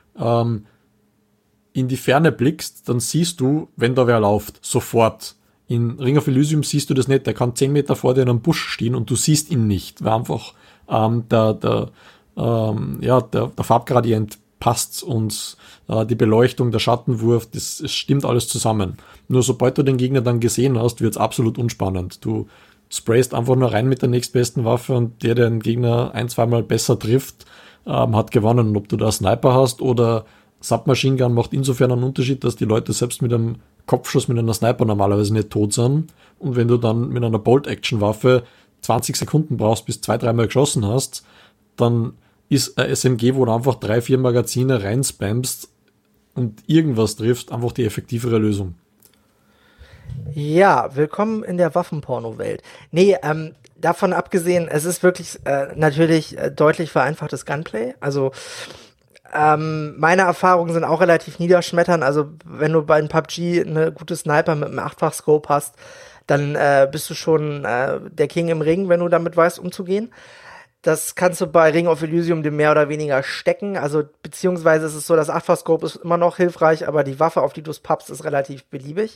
in die Ferne blickst, dann siehst du, wenn da wer läuft, sofort. In Ring of Elysium siehst du das nicht, der kann 10 Meter vor dir in einem Busch stehen und du siehst ihn nicht, weil einfach der Farbgradient passt und die Beleuchtung, der Schattenwurf, es stimmt alles zusammen. Nur sobald du den Gegner dann gesehen hast, wird's absolut unspannend. Du sprayst einfach nur rein mit der nächstbesten Waffe und der den Gegner 1-2 Mal besser trifft, hat gewonnen. Und ob du da Sniper hast oder Submachine Gun, macht insofern einen Unterschied, dass die Leute selbst mit einem Kopfschuss mit einer Sniper normalerweise nicht tot sind. Und wenn du dann mit einer Bolt-Action-Waffe 20 Sekunden brauchst, bis 2-3 Mal geschossen hast, dann ist ein SMG, wo du einfach 3-4 Magazine reinspammst und irgendwas triffst, einfach die effektivere Lösung. Ja, willkommen in der Waffenporno-Welt. Nee, davon abgesehen, es ist wirklich natürlich deutlich vereinfachtes Gunplay. Also meine Erfahrungen sind auch relativ niederschmetternd. Also wenn du bei einem PUBG eine gute Sniper mit einem 8-fach-Scope hast, dann bist du schon der King im Ring, wenn du damit weißt, umzugehen. Das kannst du bei Ring of Elysium dem mehr oder weniger stecken. Also beziehungsweise ist es so, das 8-fach-Scope ist immer noch hilfreich, aber die Waffe, auf die du es pappst, ist relativ beliebig.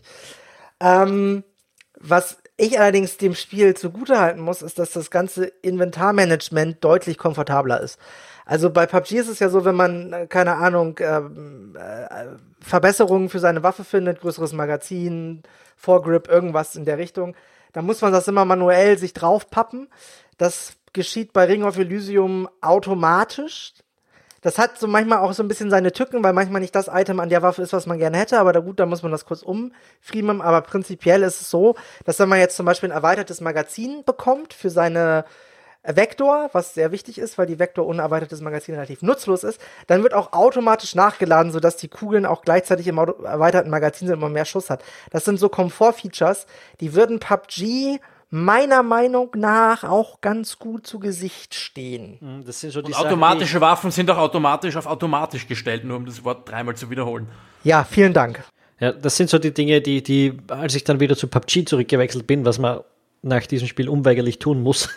Was ich allerdings dem Spiel zugutehalten muss, ist, dass das ganze Inventarmanagement deutlich komfortabler ist. Also bei PUBG ist es ja so, wenn man, keine Ahnung, Verbesserungen für seine Waffe findet, größeres Magazin, Foregrip, irgendwas in der Richtung, dann muss man das immer manuell sich draufpappen. Das geschieht bei Ring of Elysium automatisch. Das hat so manchmal auch so ein bisschen seine Tücken, weil manchmal nicht das Item an der Waffe ist, was man gerne hätte, aber da muss man das kurz umfriemeln. Aber prinzipiell ist es so, dass wenn man jetzt zum Beispiel ein erweitertes Magazin bekommt für seine Vektor, was sehr wichtig ist, weil die Vektor ohne erweitertes Magazin relativ nutzlos ist, dann wird auch automatisch nachgeladen, sodass die Kugeln auch gleichzeitig im erweiterten Magazin sind und man mehr Schuss hat. Das sind so Komfort-Features, die würden PUBG meiner Meinung nach auch ganz gut zu Gesicht stehen. Das sind so die und Sachen, automatische Waffen sind auch automatisch auf automatisch gestellt, nur um das Wort 3-mal zu wiederholen. Ja, vielen Dank. Ja, das sind so die Dinge, die als ich dann wieder zu PUBG zurückgewechselt bin, was man nach diesem Spiel unweigerlich tun muss,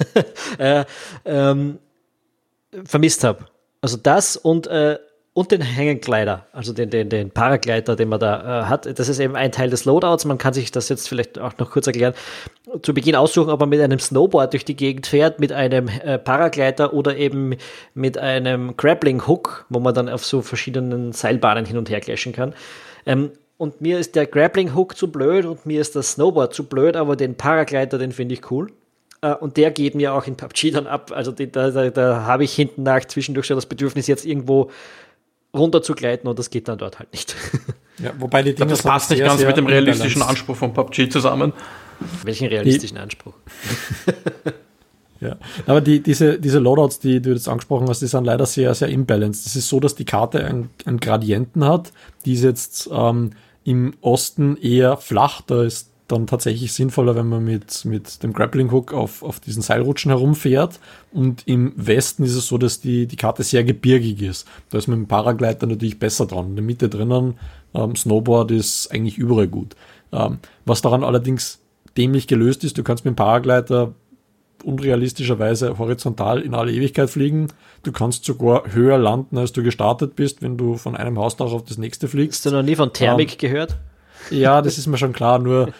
vermisst habe. Also das und den Hängekleider, also den Paragleiter, den man da hat. Das ist eben ein Teil des Loadouts. Man kann sich das jetzt vielleicht auch noch kurz erklären. Zu Beginn aussuchen, ob man mit einem Snowboard durch die Gegend fährt, mit einem Paragleiter oder eben mit einem Grappling Hook, wo man dann auf so verschiedenen Seilbahnen hin und her clashen kann. Und mir ist der Grappling Hook zu blöd und mir ist das Snowboard zu blöd, aber den Paragleiter, den finde ich cool. Und der geht mir auch in PUBG dann ab. Also da habe ich hinten nach zwischendurch schon das Bedürfnis, jetzt irgendwo runter zu gleiten und das geht dann dort halt nicht. Ja, wobei die Dinge das passt nicht ganz mit dem realistischen Anspruch von PUBG zusammen. Welchen realistischen Anspruch? Ja, aber diese Loadouts, die du jetzt angesprochen hast, die sind leider sehr, sehr imbalanced. Es ist so, dass die Karte einen Gradienten hat, die ist jetzt im Osten eher flach, da ist dann tatsächlich sinnvoller, wenn man mit dem Grappling Hook auf diesen Seilrutschen herumfährt. Und im Westen ist es so, dass die Karte sehr gebirgig ist. Da ist mit dem Paragleiter natürlich besser dran. In der Mitte drinnen, Snowboard ist eigentlich überall gut. Was daran allerdings dämlich gelöst ist, du kannst mit dem Paragleiter unrealistischerweise horizontal in alle Ewigkeit fliegen. Du kannst sogar höher landen, als du gestartet bist, wenn du von einem Hausdach auf das nächste fliegst. Hast du noch nie von Thermik gehört? Ja, das ist mir schon klar, nur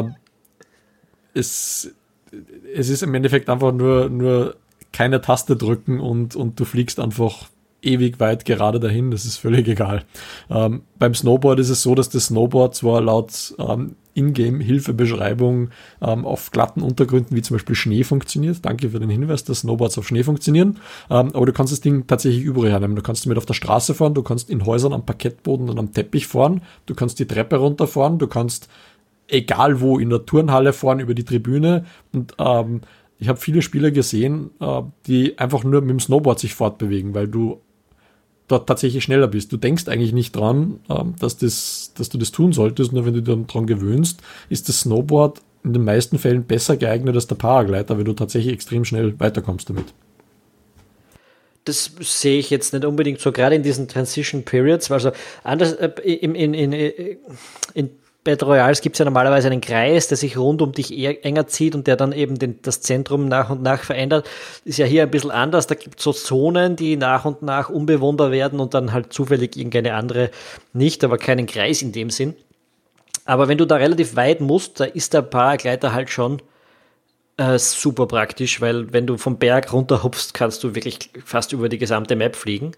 es ist im Endeffekt einfach nur keine Taste drücken und du fliegst einfach ewig weit gerade dahin, das ist völlig egal. Beim Snowboard ist es so, dass das Snowboard zwar laut Ingame-Hilfebeschreibung auf glatten Untergründen wie zum Beispiel Schnee funktioniert. Danke für den Hinweis, dass Snowboards auf Schnee funktionieren. Aber du kannst das Ding tatsächlich überall hernehmen. Du kannst damit auf der Straße fahren, du kannst in Häusern am Parkettboden und am Teppich fahren, du kannst die Treppe runterfahren, du kannst egal wo in der Turnhalle fahren über die Tribüne und ich habe viele Spieler gesehen, die einfach nur mit dem Snowboard sich fortbewegen, weil du dort tatsächlich schneller bist. Du denkst eigentlich nicht dran, dass du das tun solltest, nur wenn du dann dran gewöhnst, ist das Snowboard in den meisten Fällen besser geeignet als der Paraglider, weil du tatsächlich extrem schnell weiterkommst damit. Das sehe ich jetzt nicht unbedingt so, gerade in diesen Transition Periods. Also anders in Battle Royales gibt es ja normalerweise einen Kreis, der sich rund um dich enger zieht und der dann eben das Zentrum nach und nach verändert. Ist ja hier ein bisschen anders. Da gibt es so Zonen, die nach und nach unbewohnbar werden und dann halt zufällig irgendeine andere nicht, aber keinen Kreis in dem Sinn. Aber wenn du da relativ weit musst, da ist der Paragleiter halt schon super praktisch, weil wenn du vom Berg runterhupfst, kannst du wirklich fast über die gesamte Map fliegen.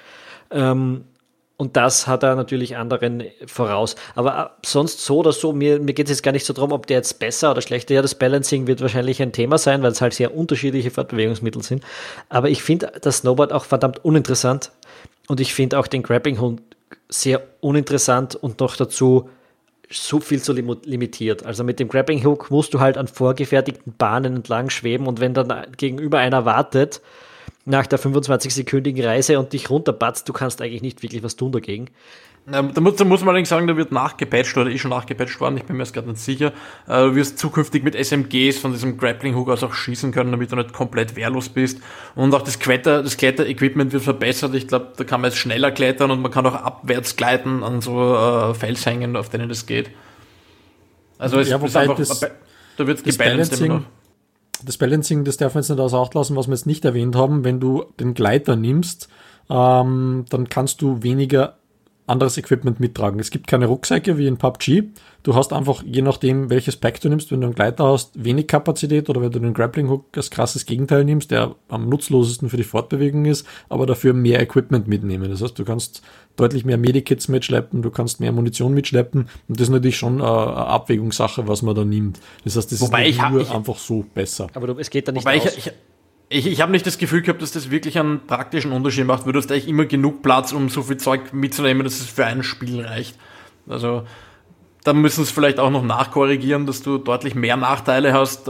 Und das hat er natürlich anderen voraus. Aber sonst so oder so, mir geht es jetzt gar nicht so darum, ob der jetzt besser oder schlechter. Ja, das Balancing wird wahrscheinlich ein Thema sein, weil es halt sehr unterschiedliche Fortbewegungsmittel sind. Aber ich finde das Snowboard auch verdammt uninteressant. Und ich finde auch den Grappling-Hook sehr uninteressant und noch dazu so viel zu limitiert. Also mit dem Grappling Hook musst du halt an vorgefertigten Bahnen entlang schweben und wenn dann gegenüber einer wartet, nach der 25-sekündigen Reise und dich runterbatzt, du kannst eigentlich nicht wirklich was tun dagegen. Da muss man allerdings sagen, da wird nachgepatcht oder ist schon nachgepatcht worden, ich bin mir jetzt gerade nicht sicher. Du wirst zukünftig mit SMGs von diesem Grappling Hook aus auch schießen können, damit du nicht komplett wehrlos bist. Und auch das Kletter-Equipment wird verbessert. Ich glaube, da kann man jetzt schneller klettern und man kann auch abwärts gleiten an so Felshängen, auf denen das geht. Also es ist einfach, da wird gebalanced immer noch. Das Balancing, das darf man jetzt nicht außer Acht lassen, was wir jetzt nicht erwähnt haben. Wenn du den Gleiter nimmst, dann kannst du weniger anderes Equipment mittragen. Es gibt keine Rucksäcke wie in PUBG. Du hast einfach, je nachdem, welches Pack du nimmst, wenn du einen Gleiter hast, wenig Kapazität oder wenn du den Grappling Hook als krasses Gegenteil nimmst, der am nutzlosesten für die Fortbewegung ist, aber dafür mehr Equipment mitnehmen. Das heißt, du kannst deutlich mehr Medikits mitschleppen, du kannst mehr Munition mitschleppen und das ist natürlich schon eine Abwägungssache, was man da nimmt. Das heißt, das ist einfach so besser. Aber es geht da nicht aus. Ich habe nicht das Gefühl gehabt, dass das wirklich einen praktischen Unterschied macht. Du hast eigentlich immer genug Platz, um so viel Zeug mitzunehmen, dass es für ein Spiel reicht. Also da müssen es vielleicht auch noch nachkorrigieren, dass du deutlich mehr Nachteile hast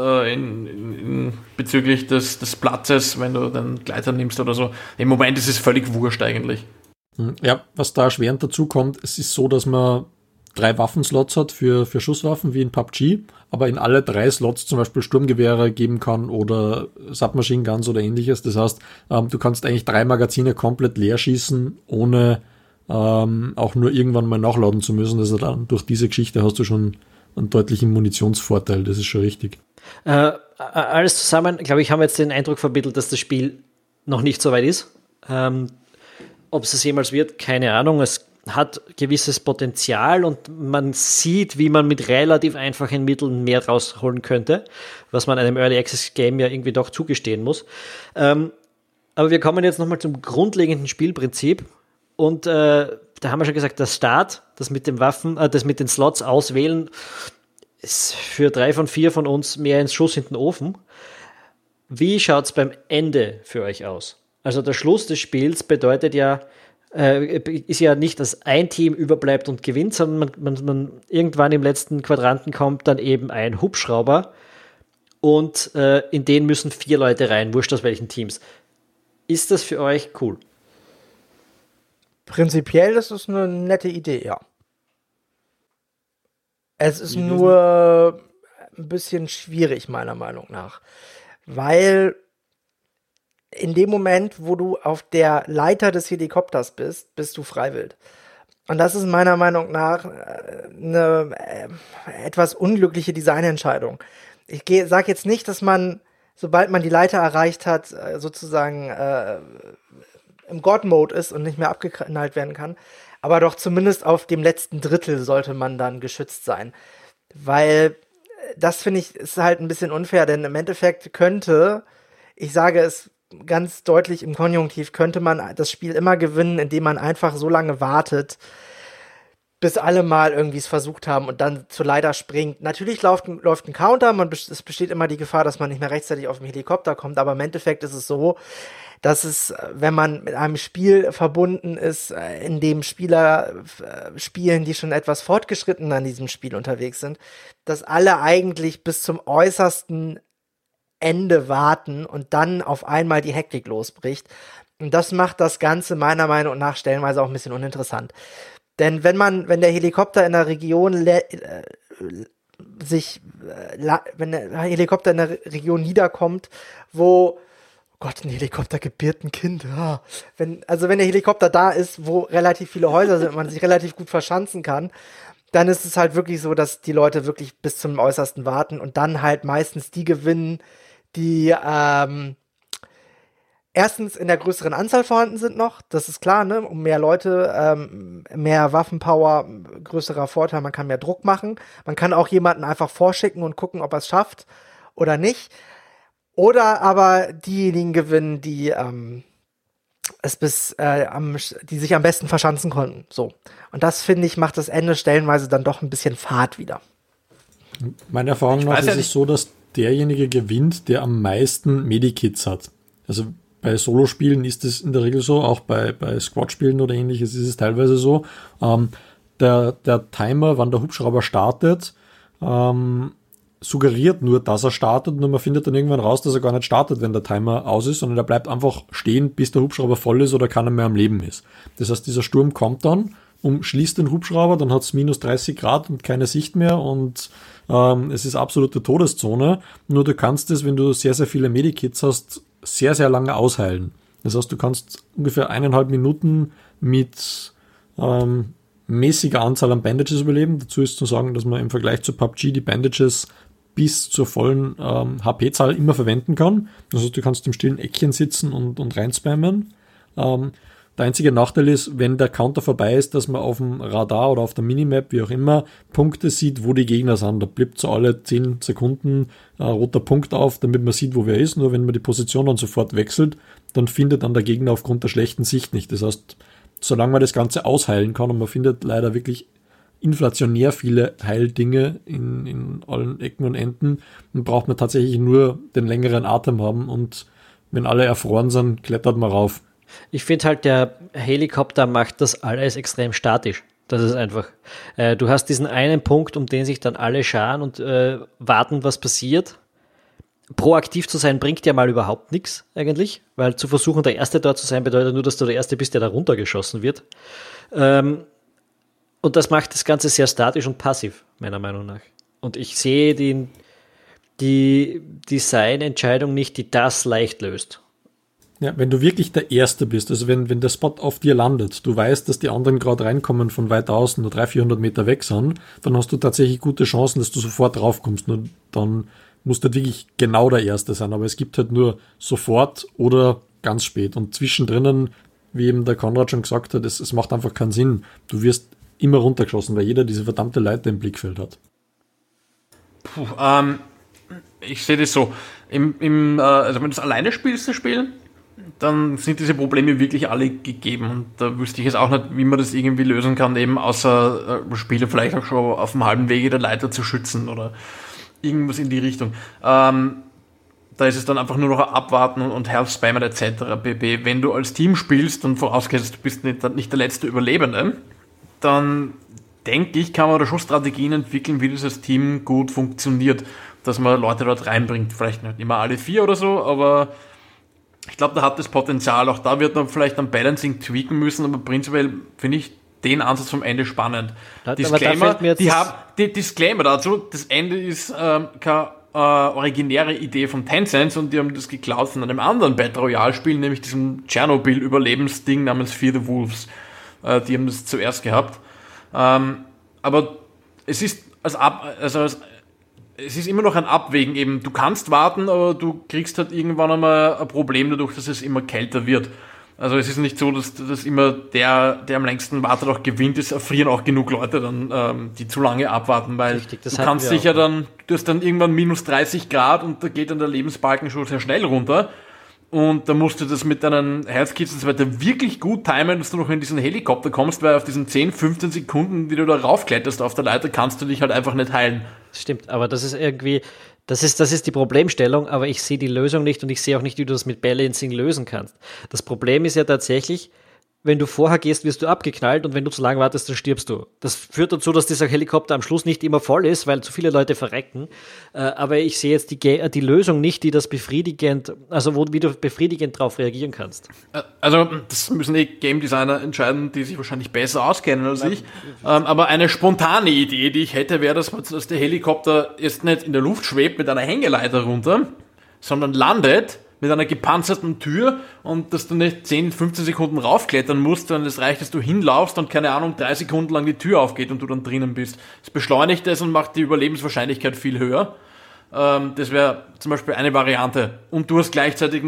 bezüglich des Platzes, wenn du den Gleiter nimmst oder so. Im Moment ist es völlig wurscht eigentlich. Ja, was da erschwerend dazu kommt, es ist so, dass man 3 Waffenslots hat für Schusswaffen wie in PUBG, aber in alle 3 Slots zum Beispiel Sturmgewehre geben kann oder Submachine Guns oder ähnliches. Das heißt, du kannst eigentlich 3 Magazine komplett leer schießen, ohne auch nur irgendwann mal nachladen zu müssen. Also dann durch diese Geschichte hast du schon einen deutlichen Munitionsvorteil. Das ist schon richtig. Alles zusammen, glaube ich, haben wir jetzt den Eindruck vermittelt, dass das Spiel noch nicht so weit ist. Ob es jemals wird, keine Ahnung. Es hat gewisses Potenzial und man sieht, wie man mit relativ einfachen Mitteln mehr rausholen könnte, was man einem Early Access Game ja irgendwie doch zugestehen muss. Aber wir kommen jetzt nochmal zum grundlegenden Spielprinzip und da haben wir schon gesagt, der Start, das mit den Waffen, das mit den Slots auswählen, ist für 3 von 4 von uns mehr ins Schuss in den Ofen. Wie schaut es beim Ende für euch aus? Also der Schluss des Spiels bedeutet ja, ist ja nicht, dass ein Team überbleibt und gewinnt, sondern man irgendwann im letzten Quadranten kommt dann eben ein Hubschrauber und in den müssen 4 Leute rein, wurscht aus welchen Teams. Ist das für euch cool? Prinzipiell ist es eine nette Idee, ja. Es ist nur ein bisschen schwierig, meiner Meinung nach. Weil in dem Moment, wo du auf der Leiter des Helikopters bist, bist du freiwillig. Und das ist meiner Meinung nach eine etwas unglückliche Designentscheidung. Ich sage jetzt nicht, dass man, sobald man die Leiter erreicht hat, sozusagen im God-Mode ist und nicht mehr abgeknallt werden kann. Aber doch zumindest auf dem letzten Drittel sollte man dann geschützt sein. Weil das, finde ich, ist halt ein bisschen unfair, denn im Endeffekt könnte, ich sage es ganz deutlich im Konjunktiv, könnte man das Spiel immer gewinnen, indem man einfach so lange wartet, bis alle mal irgendwie es versucht haben und dann zur Leiter springt. Natürlich läuft ein Counter, es besteht immer die Gefahr, dass man nicht mehr rechtzeitig auf den Helikopter kommt, aber im Endeffekt ist es so, dass es, wenn man mit einem Spiel verbunden ist, in dem Spieler spielen, die schon etwas fortgeschritten an diesem Spiel unterwegs sind, dass alle eigentlich bis zum äußersten Ende warten und dann auf einmal die Hektik losbricht. Und das macht das Ganze meiner Meinung nach stellenweise auch ein bisschen uninteressant. Denn wenn der Helikopter in der Region niederkommt, wo, oh Gott, ein Helikopter gebiert ein Kind. Ja. Wenn der Helikopter da ist, wo relativ viele Häuser sind und man sich relativ gut verschanzen kann, dann ist es halt wirklich so, dass die Leute wirklich bis zum Äußersten warten und dann halt meistens die gewinnen, die erstens in der größeren Anzahl vorhanden sind noch, das ist klar, ne? Um mehr Leute, mehr Waffenpower, größerer Vorteil, man kann mehr Druck machen. Man kann auch jemanden einfach vorschicken und gucken, ob er es schafft oder nicht. Oder aber diejenigen gewinnen, die die sich am besten verschanzen konnten. So. Und das, finde ich, macht das Ende stellenweise dann doch ein bisschen fad wieder. Meiner Erfahrung nach ist es so, dass derjenige gewinnt, der am meisten Medikits hat. Also bei Solospielen ist es in der Regel so, auch bei Squad-Spielen oder ähnliches ist es teilweise so. Der Timer, wann der Hubschrauber startet, suggeriert nur, dass er startet, nur man findet dann irgendwann raus, dass er gar nicht startet, wenn der Timer aus ist, sondern er bleibt einfach stehen, bis der Hubschrauber voll ist oder keiner mehr am Leben ist. Das heißt, dieser Sturm kommt dann, umschließt den Hubschrauber, dann hat es minus 30 Grad und keine Sicht mehr und es ist absolute Todeszone. Nur du kannst es, wenn du sehr, sehr viele Medikits hast, sehr, sehr lange ausheilen. Das heißt, du kannst ungefähr 1,5 Minuten mit mäßiger Anzahl an Bandages überleben. Dazu ist zu sagen, dass man im Vergleich zu PUBG die Bandages bis zur vollen HP-Zahl immer verwenden kann. Das heißt, du kannst im stillen Eckchen sitzen und reinspammen. Der einzige Nachteil ist, wenn der Counter vorbei ist, dass man auf dem Radar oder auf der Minimap, wie auch immer, Punkte sieht, wo die Gegner sind. Da blippt so alle 10 Sekunden ein roter Punkt auf, damit man sieht, wo wer ist. Nur wenn man die Position dann sofort wechselt, dann findet dann der Gegner aufgrund der schlechten Sicht nicht. Das heißt, solange man das Ganze ausheilen kann, und man findet leider wirklich inflationär viele Heildinge in allen Ecken und Enden, dann braucht man tatsächlich nur den längeren Atem haben und wenn alle erfroren sind, klettert man rauf. Ich finde halt, der Helikopter macht das alles extrem statisch. Das ist einfach, du hast diesen einen Punkt, um den sich dann alle scharen und warten, was passiert. Proaktiv zu sein bringt ja mal überhaupt nichts eigentlich, weil zu versuchen, der Erste dort zu sein, bedeutet nur, dass du der Erste bist, der da runtergeschossen wird. Und das macht das Ganze sehr statisch und passiv, meiner Meinung nach. Und ich sehe die Designentscheidung nicht, die das leicht löst. Ja, wenn du wirklich der Erste bist, also wenn der Spot auf dir landet, du weißt, dass die anderen gerade reinkommen von weit außen, nur 300-400 Meter weg sind, dann hast du tatsächlich gute Chancen, dass du sofort draufkommst. Nur dann musst du wirklich genau der Erste sein. Aber es gibt halt nur sofort oder ganz spät. Und zwischendrin, wie eben der Konrad schon gesagt hat, es macht einfach keinen Sinn. Du wirst immer runtergeschossen, weil jeder diese verdammte Leiter im Blickfeld hat. Ich sehe das so. Also wenn du es alleine spielst, das Spiel, dann sind diese Probleme wirklich alle gegeben. Und da wüsste ich jetzt auch nicht, wie man das irgendwie lösen kann, eben außer Spieler vielleicht auch schon auf dem halben Wege der Leiter zu schützen oder irgendwas in die Richtung. Da ist es dann einfach nur noch abwarten und Health-Spammen etc. pp. Wenn du als Team spielst und vorausgesetzt, du bist nicht der letzte Überlebende, dann denke ich, kann man da schon Strategien entwickeln, wie dieses Team gut funktioniert, dass man Leute dort reinbringt. Vielleicht nicht immer alle 4 oder so, aber ich glaube, da hat das Potenzial. Auch da wird man vielleicht am Balancing tweaken müssen, aber prinzipiell finde ich den Ansatz vom Ende spannend. Disclaimer dazu, das Ende ist keine originäre Idee von Tencent und die haben das geklaut von einem anderen Battle Royale Spiel, nämlich diesem Tschernobyl-Überlebensding namens Fear the Wolves. Die haben das zuerst gehabt. Aber es ist es ist immer noch ein Abwägen eben. Du kannst warten, aber du kriegst halt irgendwann einmal ein Problem dadurch, dass es immer kälter wird. Also es ist nicht so, dass immer der am längsten wartet, auch gewinnt. Es erfrieren auch genug Leute dann, die zu lange abwarten, weil richtig, du kannst dich ja dann, du hast dann irgendwann minus 30 Grad und da geht dann der Lebensbalken schon sehr schnell runter. Und da musst du das mit deinen Herzkits und so weiter wirklich gut timen, dass du noch in diesen Helikopter kommst, weil auf diesen 10, 15 Sekunden, die du da raufkletterst auf der Leiter, kannst du dich halt einfach nicht heilen. Stimmt, aber das ist irgendwie, das ist die Problemstellung, aber ich sehe die Lösung nicht und ich sehe auch nicht, wie du das mit Balancing lösen kannst. Das Problem ist ja tatsächlich, wenn du vorher gehst, wirst du abgeknallt und wenn du zu lange wartest, dann stirbst du. Das führt dazu, dass dieser Helikopter am Schluss nicht immer voll ist, weil zu viele Leute verrecken. Aber ich sehe jetzt die Lösung nicht, die das befriedigend, also wie du befriedigend darauf reagieren kannst. Also das müssen Game Designer entscheiden, die sich wahrscheinlich besser auskennen als ich. Aber eine spontane Idee, die ich hätte, wäre, dass der Helikopter jetzt nicht in der Luft schwebt mit einer Hängeleiter runter, sondern landet mit einer gepanzerten Tür und dass du nicht 10, 15 Sekunden raufklettern musst, sondern es reicht, dass du hinlaufst und, keine Ahnung, 3 Sekunden lang die Tür aufgeht und du dann drinnen bist. Das beschleunigt es und macht die Überlebenswahrscheinlichkeit viel höher. Das wäre zum Beispiel eine Variante. Und du hast gleichzeitig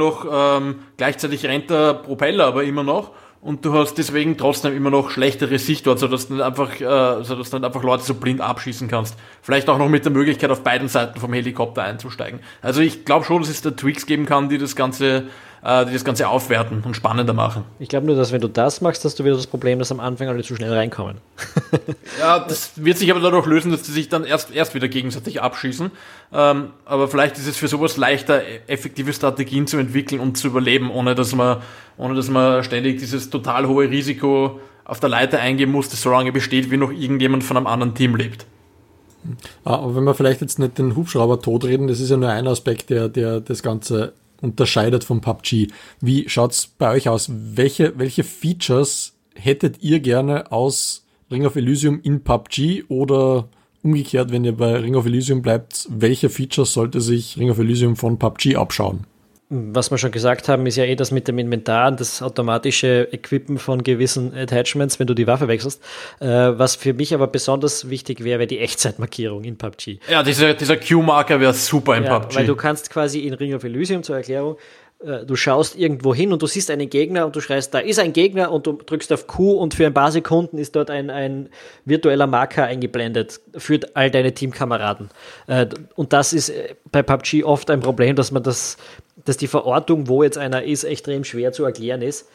rennt der Propeller aber immer noch und du hast deswegen trotzdem immer noch schlechtere Sicht dort, sodass du dann einfach Leute so blind abschießen kannst. Vielleicht auch noch mit der Möglichkeit, auf beiden Seiten vom Helikopter einzusteigen. Also ich glaube schon, dass es da Tweaks geben kann, die das Ganze aufwerten und spannender machen. Ich glaube nur, dass wenn du das machst, hast du wieder das Problem, dass am Anfang alle zu schnell reinkommen. Ja, das wird sich aber dadurch lösen, dass die sich dann erst wieder gegenseitig abschießen. Aber vielleicht ist es für sowas leichter, effektive Strategien zu entwickeln und zu überleben, ohne dass man ständig dieses total hohe Risiko auf der Leiter eingehen muss, das so lange besteht, wie noch irgendjemand von einem anderen Team lebt. Aber wenn wir vielleicht jetzt nicht den Hubschrauber totreden, das ist ja nur ein Aspekt, der das Ganze unterscheidet von PUBG. Wie schaut's bei euch aus? Welche Features hättet ihr gerne aus Ring of Elysium in PUBG oder umgekehrt, wenn ihr bei Ring of Elysium bleibt, welche Features sollte sich Ring of Elysium von PUBG abschauen? Was wir schon gesagt haben, ist ja das mit dem Inventar und das automatische Equippen von gewissen Attachments, wenn du die Waffe wechselst. Was für mich aber besonders wichtig wäre die Echtzeitmarkierung in PUBG. Ja, dieser Q-Marker wäre super in PUBG. Weil du kannst quasi in Ring of Elysium, zur Erklärung, du schaust irgendwo hin und du siehst einen Gegner und du schreist, da ist ein Gegner und du drückst auf Q und für ein paar Sekunden ist dort ein virtueller Marker eingeblendet für all deine Teamkameraden. Und das ist bei PUBG oft ein Problem, dass die Verortung, wo jetzt einer ist, extrem schwer zu erklären ist.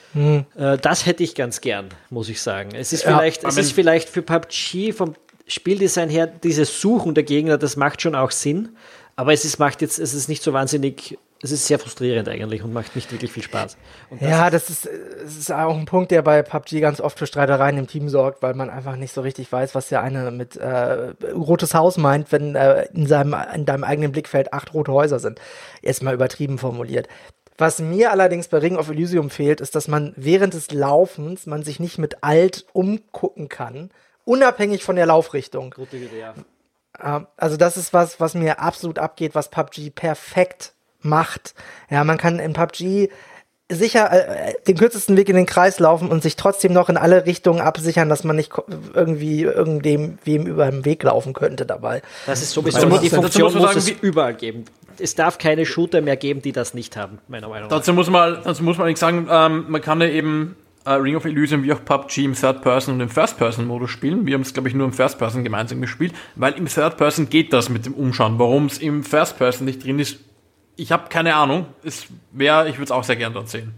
Das hätte ich ganz gern, muss ich sagen. Es ist vielleicht für PUBG vom Spieldesign her, dieses Suchen der Gegner, das macht schon auch Sinn, aber es ist nicht so wahnsinnig. Es ist sehr frustrierend eigentlich und macht nicht wirklich viel Spaß. Das ist auch ein Punkt, der bei PUBG ganz oft für Streitereien im Team sorgt, weil man einfach nicht so richtig weiß, was der eine mit rotes Haus meint, wenn in deinem eigenen Blickfeld 8 rote Häuser sind. Jetzt mal übertrieben formuliert. Was mir allerdings bei Ring of Elysium fehlt, ist, dass man während des Laufens man sich nicht mit Alt umgucken kann, unabhängig von der Laufrichtung. Gute Idee, ja. Also das ist was mir absolut abgeht, was PUBG perfekt macht. Ja, man kann in PUBG sicher den kürzesten Weg in den Kreis laufen und sich trotzdem noch in alle Richtungen absichern, dass man nicht irgendwie wem über den Weg laufen könnte dabei. Das ist sowieso die Funktion muss es überall geben. Es darf keine Shooter mehr geben, die das nicht haben, meiner Meinung nach. Dazu muss man eigentlich sagen, man kann ja eben Ring of Elysium wie auch PUBG im Third-Person und im First-Person-Modus spielen. Wir haben es, glaube ich, nur im First-Person gemeinsam gespielt, weil im Third-Person geht das mit dem Umschauen. Warum es im First-Person nicht drin ist, ich habe keine Ahnung. Ich würde es auch sehr gern dort sehen.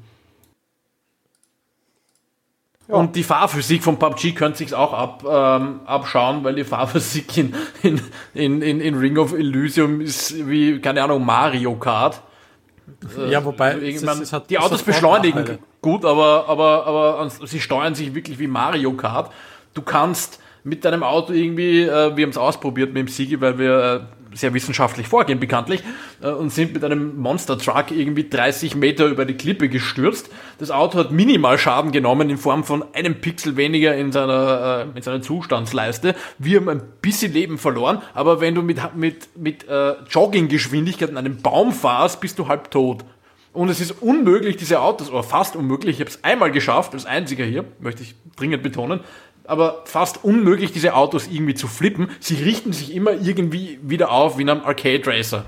Ja. Und die Fahrphysik von PUBG könnte sich auch abschauen, weil die Fahrphysik in Ring of Elysium ist wie, keine Ahnung, Mario Kart. Ja, wobei die Autos beschleunigen gut, aber sie steuern sich wirklich wie Mario Kart. Du kannst mit deinem Auto irgendwie, wir haben es ausprobiert mit dem Sigi, weil wir sehr wissenschaftlich vorgehen, bekanntlich, und sind mit einem Monster-Truck irgendwie 30 Meter über die Klippe gestürzt. Das Auto hat minimal Schaden genommen in Form von einem Pixel weniger in seiner Zustandsleiste. Wir haben ein bisschen Leben verloren, aber wenn du mit Jogginggeschwindigkeit an einem Baum fahrst, bist du halb tot. Und es ist unmöglich, diese Autos, oder fast unmöglich, ich habe es einmal geschafft, als einziger hier, möchte ich dringend betonen, aber fast unmöglich, diese Autos irgendwie zu flippen. Sie richten sich immer irgendwie wieder auf wie in einem Arcade Racer.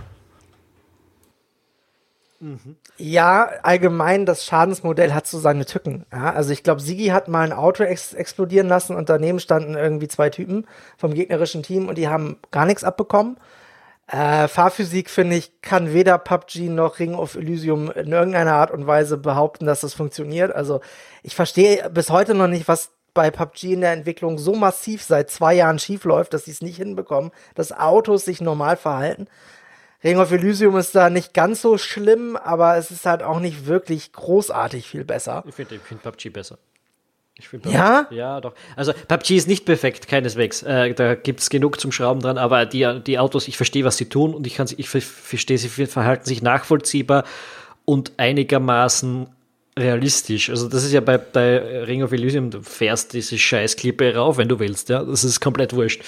Ja, allgemein, das Schadensmodell hat so seine Tücken. Ja, also ich glaube, Sigi hat mal ein Auto explodieren lassen und daneben standen irgendwie 2 Typen vom gegnerischen Team und die haben gar nichts abbekommen. Fahrphysik, finde ich, kann weder PUBG noch Ring of Elysium in irgendeiner Art und Weise behaupten, dass das funktioniert. Also ich verstehe bis heute noch nicht, was bei PUBG in der Entwicklung so massiv seit 2 Jahren schief läuft, dass sie es nicht hinbekommen, dass Autos sich normal verhalten. Ring of Elysium ist da nicht ganz so schlimm, aber es ist halt auch nicht wirklich großartig viel besser. Ich finde PUBG besser. Ja? Ja, doch. Also PUBG ist nicht perfekt, keineswegs. Da gibt es genug zum Schrauben dran, aber die Autos, ich verstehe, was sie tun und ich verstehe, sie verhalten sich nachvollziehbar und einigermaßen realistisch. Also das ist ja bei Ring of Elysium, du fährst diese Scheißklippe rauf, wenn du willst. Ja, das ist komplett wurscht.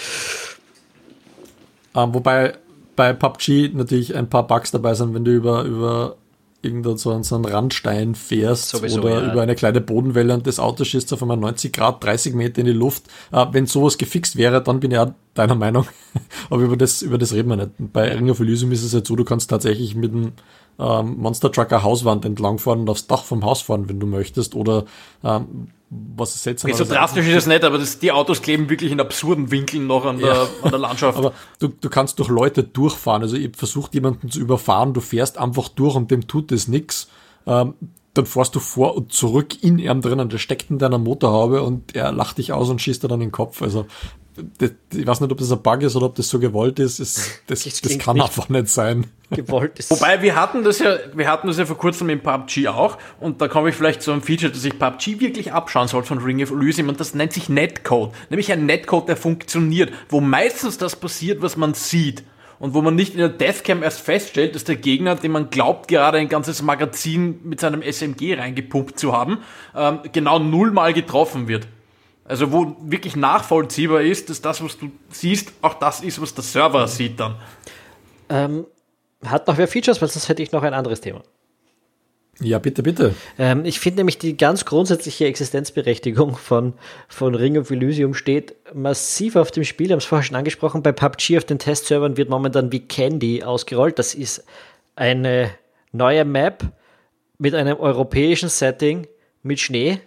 Wobei bei PUBG natürlich ein paar Bugs dabei sind, wenn du über irgendeinen so einen Randstein fährst Sowieso, oder ja. über eine kleine Bodenwelle und das Auto schießt auf einmal 90 Grad, 30 Meter in die Luft. Wenn sowas gefixt wäre, dann bin ich auch deiner Meinung. Aber über das reden wir nicht. Bei Ring of Elysium ist es ja so, du kannst tatsächlich mit einem Monster Trucker Hauswand entlangfahren und aufs Dach vom Haus fahren, wenn du möchtest. Oder was ist jetzt? Okay, so drastisch ist es nicht, aber die Autos kleben wirklich in absurden Winkeln noch an der Landschaft. Aber du kannst durch Leute durchfahren. Also ich versucht jemanden zu überfahren, du fährst einfach durch und dem tut es nix. Dann fährst du vor und zurück in ihm drinnen, der steckt in deiner Motorhaube und er lacht dich aus und schießt dir dann in den Kopf. Also ich weiß nicht, ob das ein Bug ist oder ob das so gewollt ist. Das kann nicht einfach nicht sein. Gewollt ist. Wobei, wir hatten das ja vor kurzem in PUBG auch und da komme ich vielleicht zu einem Feature, dass ich PUBG wirklich abschauen soll von Ring of Elysium und das nennt sich Netcode. Nämlich ein Netcode, der funktioniert, wo meistens das passiert, was man sieht. Und wo man nicht in der Deathcam erst feststellt, dass der Gegner, dem man glaubt, gerade ein ganzes Magazin mit seinem SMG reingepumpt zu haben, genau 0-mal getroffen wird. Also wo wirklich nachvollziehbar ist, dass das, was du siehst, auch das ist, was der Server sieht dann. Hat noch mehr Features, weil sonst hätte ich noch ein anderes Thema. Ja, bitte. Ich finde nämlich die ganz grundsätzliche Existenzberechtigung von Ring of Elysium steht massiv auf dem Spiel. Wir haben es vorher schon angesprochen, bei PUBG auf den Testservern wird momentan wie Candy ausgerollt. Das ist eine neue Map mit einem europäischen Setting mit Schnee.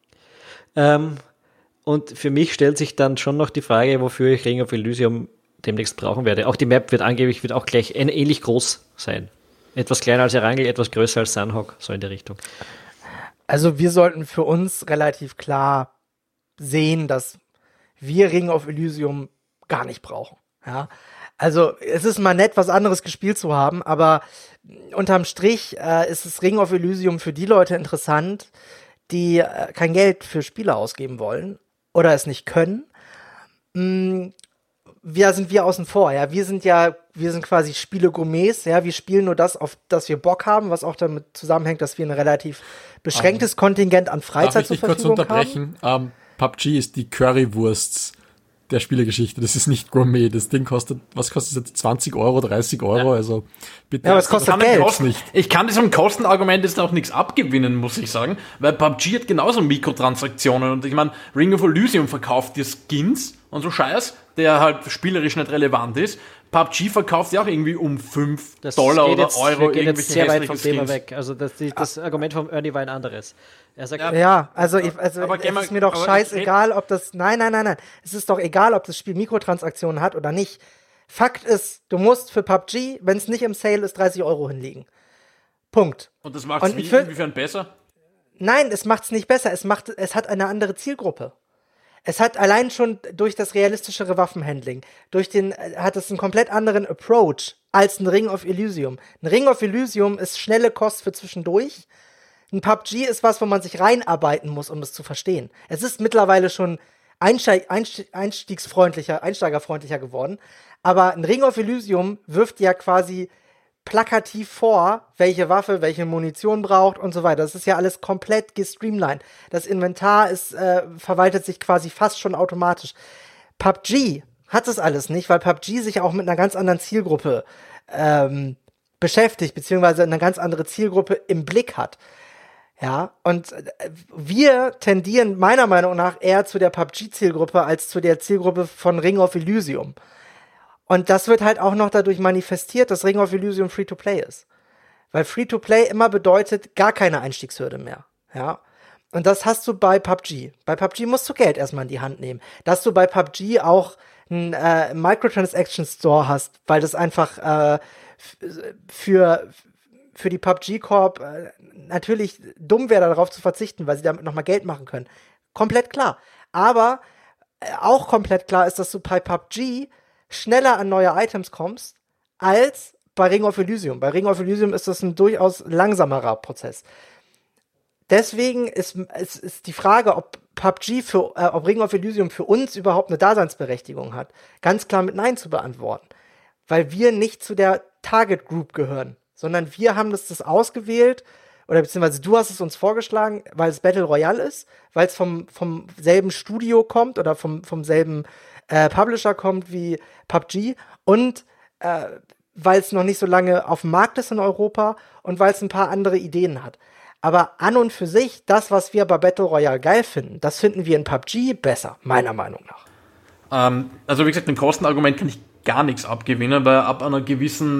Und für mich stellt sich dann schon noch die Frage, wofür ich Ring of Elysium demnächst brauchen werde. Auch die Map wird auch gleich ähnlich groß sein. Etwas kleiner als Erangel, etwas größer als Sunhawk, so in der Richtung. Also wir sollten für uns relativ klar sehen, dass wir Ring of Elysium gar nicht brauchen. Ja? Also es ist mal nett, was anderes gespielt zu haben, aber unterm Strich ist das Ring of Elysium für die Leute interessant, die kein Geld für Spiele ausgeben wollen oder es nicht können. Sind wir außen vor, ja. Wir sind quasi Spiele-Gourmets, ja. Wir spielen nur das, auf das wir Bock haben, was auch damit zusammenhängt, dass wir ein relativ beschränktes Kontingent an Freizeit zur Verfügung haben. Darf ich dich kurz unterbrechen? PUBG ist die Currywurst der Spielegeschichte. Das ist nicht Gourmet. Das Ding kostet es jetzt? 20 €, 30 €? Ja. Also bitte. Ja, aber es kostet Geld. Nicht. Ich kann diesem Kostenargument jetzt auch nichts abgewinnen, muss ich sagen, weil PUBG hat genauso Mikrotransaktionen und ich meine, Ring of Elysium verkauft dir Skins und so Scheiß, der halt spielerisch nicht relevant ist. PUBG verkauft ja auch irgendwie um $5 oder Euro wir gehen jetzt sehr weit vom Thema Skins. weg. Also das Argument vom Ernie war ein anderes. Er sagt, es ist mir doch scheißegal, ob das, nein. Es ist doch egal, ob das Spiel Mikrotransaktionen hat oder nicht. Fakt ist, du musst für PUBG, wenn es nicht im Sale ist, 30 € hinlegen. Punkt. Und das macht es inwiefern besser? Nein, es macht es nicht besser. Es hat eine andere Zielgruppe. Es hat allein schon durch das realistischere Waffenhandling, hat es einen komplett anderen Approach als ein Ring of Elysium. Ein Ring of Elysium ist schnelle Kost für zwischendurch. Ein PUBG ist was, wo man sich reinarbeiten muss, um es zu verstehen. Es ist mittlerweile schon einsteigerfreundlicher geworden. Aber ein Ring of Elysium wirft ja quasi plakativ vor, welche Waffe, welche Munition braucht und so weiter. Das ist ja alles komplett gestreamlined. Das Inventar verwaltet sich quasi fast schon automatisch. PUBG hat es alles nicht, weil PUBG sich auch mit einer ganz anderen Zielgruppe beschäftigt, beziehungsweise eine ganz andere Zielgruppe im Blick hat. Ja, und wir tendieren meiner Meinung nach eher zu der PUBG-Zielgruppe als zu der Zielgruppe von Ring of Elysium. Und das wird halt auch noch dadurch manifestiert, dass Ring of Elysium Free-to-Play ist. Weil Free-to-Play immer bedeutet gar keine Einstiegshürde mehr. Ja. Und das hast du bei PUBG. Bei PUBG musst du Geld erstmal in die Hand nehmen. Dass du bei PUBG auch einen Microtransaction-Store hast, weil das einfach für die PUBG Corp natürlich dumm wäre, darauf zu verzichten, weil sie damit nochmal Geld machen können. Komplett klar. Aber auch komplett klar ist, dass du bei PUBG schneller an neue Items kommst, als bei Ring of Elysium. Bei Ring of Elysium ist das ein durchaus langsamerer Prozess. Deswegen ist die Frage, ob ob Ring of Elysium für uns überhaupt eine Daseinsberechtigung hat, ganz klar mit Nein zu beantworten. Weil wir nicht zu der Target Group gehören, sondern wir haben das ausgewählt, oder beziehungsweise du hast es uns vorgeschlagen, weil es Battle Royale ist, weil es vom selben Studio kommt oder vom selben Publisher kommt wie PUBG und weil es noch nicht so lange auf dem Markt ist in Europa und weil es ein paar andere Ideen hat. Aber an und für sich, das, was wir bei Battle Royale geil finden, das finden wir in PUBG besser, meiner Meinung nach. Also wie gesagt, dem Kostenargument kann ich gar nichts abgewinnen, weil ab einer gewissen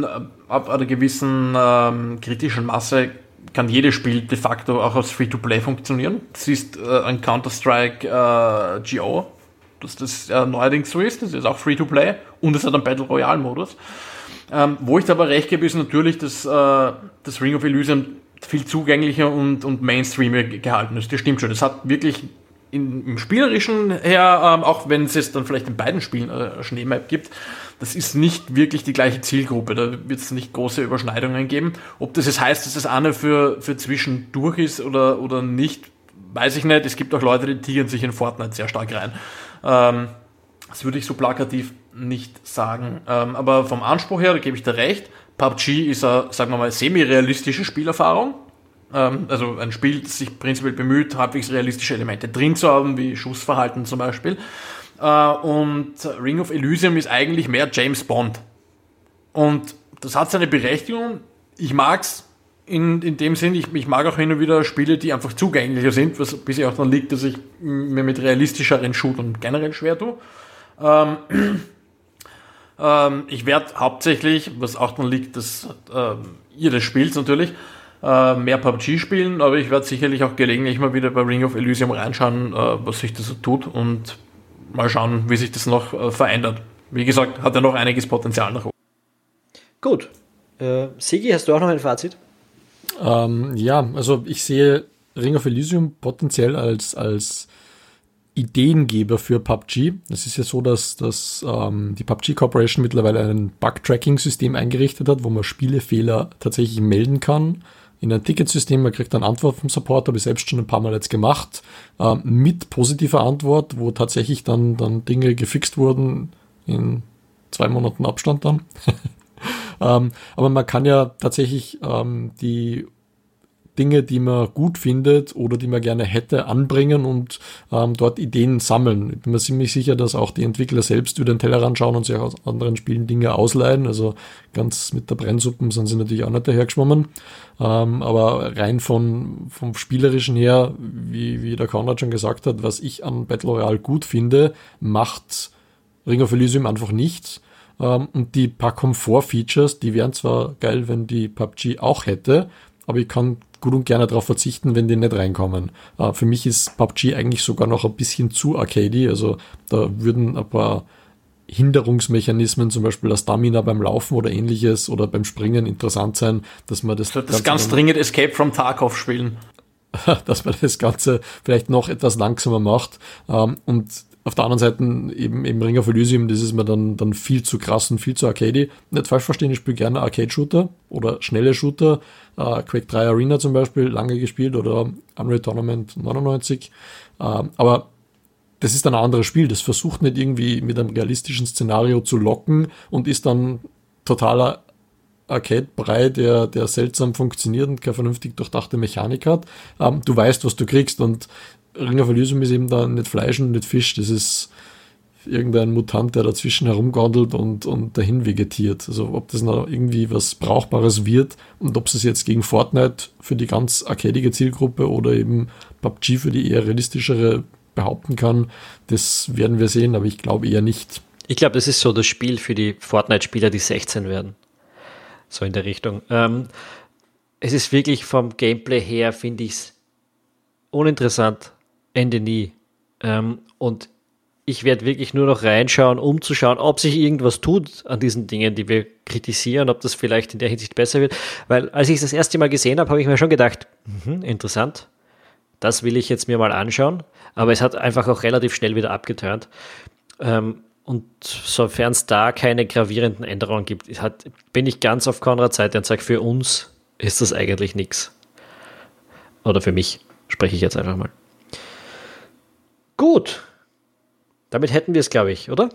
kritischen Masse kann jedes Spiel de facto auch als Free-to-Play funktionieren. Das ist ein Counter-Strike GO, dass das neuerdings so ist. Das ist auch Free-to-Play und es hat einen Battle-Royale-Modus. Wo ich da aber recht gebe, ist natürlich, dass das Ring of Elysium viel zugänglicher und mainstreamiger gehalten ist. Das stimmt schon. Das hat wirklich im Spielerischen her, auch wenn es jetzt dann vielleicht in beiden Spielen eine Schneemap gibt, das ist nicht wirklich die gleiche Zielgruppe. Da wird es nicht große Überschneidungen geben. Ob das jetzt heißt, dass das eine für zwischendurch ist oder nicht, weiß ich nicht. Es gibt auch Leute, die tigern sich in Fortnite sehr stark rein. Das würde ich so plakativ nicht sagen. Aber vom Anspruch her, da gebe ich dir recht, PUBG ist eine, sagen wir mal, semi-realistische Spielerfahrung. Also ein Spiel, das sich prinzipiell bemüht, halbwegs realistische Elemente drin zu haben, wie Schussverhalten zum Beispiel. Und Ring of Elysium ist eigentlich mehr James Bond. Und das hat seine Berechtigung. Ich mag's in dem Sinn, ich mag auch hin und wieder Spiele, die einfach zugänglicher sind, was bis auch daran liegt, dass ich mir mit realistischeren Shootern generell schwer tue. Ich werde hauptsächlich, was auch daran liegt, dass ihr das spielt natürlich, mehr PUBG spielen, aber ich werde sicherlich auch gelegentlich mal wieder bei Ring of Elysium reinschauen, was sich das so tut und mal schauen, wie sich das noch verändert. Wie gesagt, hat ja noch einiges Potenzial nach oben. Gut. Sigi, hast du auch noch ein Fazit? Ja, also ich sehe Ring of Elysium potenziell als Ideengeber für PUBG. Es ist ja so, dass die PUBG Corporation mittlerweile ein Bug-Tracking-System eingerichtet hat, wo man Spielefehler tatsächlich melden kann. In ein Ticketsystem, man kriegt dann Antwort vom Support, habe ich selbst schon ein paar Mal jetzt gemacht, mit positiver Antwort, wo tatsächlich dann Dinge gefixt wurden in 2 Monaten Abstand dann. Aber man kann ja tatsächlich die Dinge, die man gut findet oder die man gerne hätte, anbringen und dort Ideen sammeln. Ich bin mir ziemlich sicher, dass auch die Entwickler selbst über den Tellerrand schauen und sich aus anderen Spielen Dinge ausleihen. Also ganz mit der Brennsuppen sind sie natürlich auch nicht dahergeschwommen. Aber rein vom Spielerischen her, wie der Konrad schon gesagt hat, was ich an Battle Royale gut finde, macht Ring of Elysium einfach nicht. Und die paar Komfort-Features, die wären zwar geil, wenn die PUBG auch hätte, aber ich kann gut und gerne darauf verzichten, wenn die nicht reinkommen. Für mich ist PUBG eigentlich sogar noch ein bisschen zu arcadey, also da würden ein paar Hinderungsmechanismen, zum Beispiel das Stamina beim Laufen oder ähnliches oder beim Springen interessant sein, dass man das ganz dringend Escape from Tarkov spielen. Dass man das Ganze vielleicht noch etwas langsamer macht und auf der anderen Seite eben Ring of Elysium, das ist mir dann viel zu krass und viel zu arcadey. Nicht falsch verstehen, ich spiele gerne Arcade-Shooter oder schnelle Shooter. Quake 3 Arena zum Beispiel, lange gespielt, oder Unreal Tournament 99. Aber das ist ein anderes Spiel. Das versucht nicht irgendwie mit einem realistischen Szenario zu locken und ist dann totaler Arcade-Brei, der seltsam funktioniert und keine vernünftig durchdachte Mechanik hat. Du weißt, was du kriegst, und Ring of Elysium ist eben da nicht Fleisch und nicht Fisch. Das ist irgendein Mutant, der dazwischen herumgandelt und dahin vegetiert. Also ob das noch irgendwie was Brauchbares wird und ob es jetzt gegen Fortnite für die ganz arcadige Zielgruppe oder eben PUBG für die eher realistischere behaupten kann, das werden wir sehen, aber ich glaube eher nicht. Ich glaube, das ist so das Spiel für die Fortnite-Spieler, die 16 werden. So in der Richtung. Es ist wirklich vom Gameplay her, finde ich es uninteressant. Ende nie. Und ich werde wirklich nur noch reinschauen, um zu schauen, ob sich irgendwas tut an diesen Dingen, die wir kritisieren, ob das vielleicht in der Hinsicht besser wird. Weil als ich es das erste Mal gesehen habe, habe ich mir schon gedacht, interessant, das will ich jetzt mir mal anschauen. Aber es hat einfach auch relativ schnell wieder abgeturnt. Und sofern es da keine gravierenden Änderungen gibt, bin ich ganz auf Konrads Seite und sage, für uns ist das eigentlich nichts. Oder für mich, spreche ich jetzt einfach mal. Gut. Damit hätten wir es, glaube ich, oder?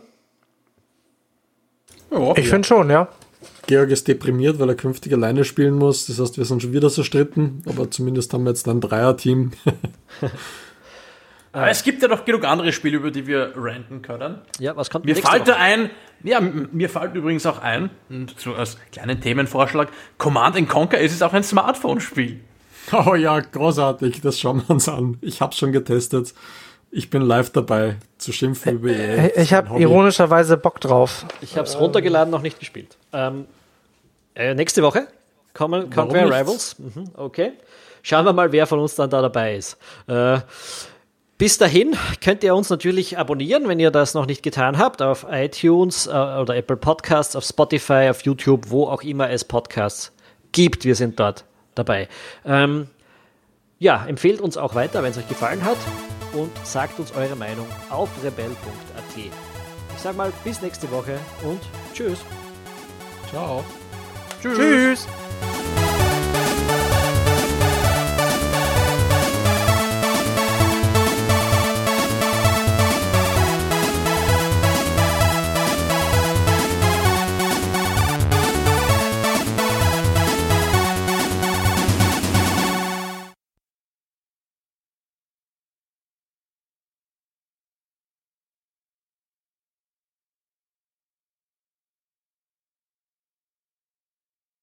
Ja, ich finde schon, ja. Georg ist deprimiert, weil er künftig alleine spielen muss. Das heißt, wir sind schon wieder zerstritten, aber zumindest haben wir jetzt ein Dreier-Team. Aber es gibt ja noch genug andere Spiele, über die wir ranten können. Ja, was kommt Mir fällt übrigens auch ein, und so als kleinen Themenvorschlag, Command & Conquer ist es auch ein Smartphone-Spiel. Oh ja, großartig, das schauen wir uns an. Ich habe schon getestet. Ich bin live dabei, zu schimpfen über Ich habe ironischerweise Bock drauf. Ich habe es runtergeladen, noch nicht gespielt. Nächste Woche kommen Conquer Rivals. Okay. Schauen wir mal, wer von uns dann da dabei ist. Bis dahin könnt ihr uns natürlich abonnieren, wenn ihr das noch nicht getan habt, auf iTunes oder Apple Podcasts, auf Spotify, auf YouTube, wo auch immer es Podcasts gibt. Wir sind dort dabei. Empfehlt uns auch weiter, wenn es euch gefallen hat, und sagt uns eure Meinung auf rebell.at. Ich sag mal, bis nächste Woche und tschüss. Ciao. Tschüss.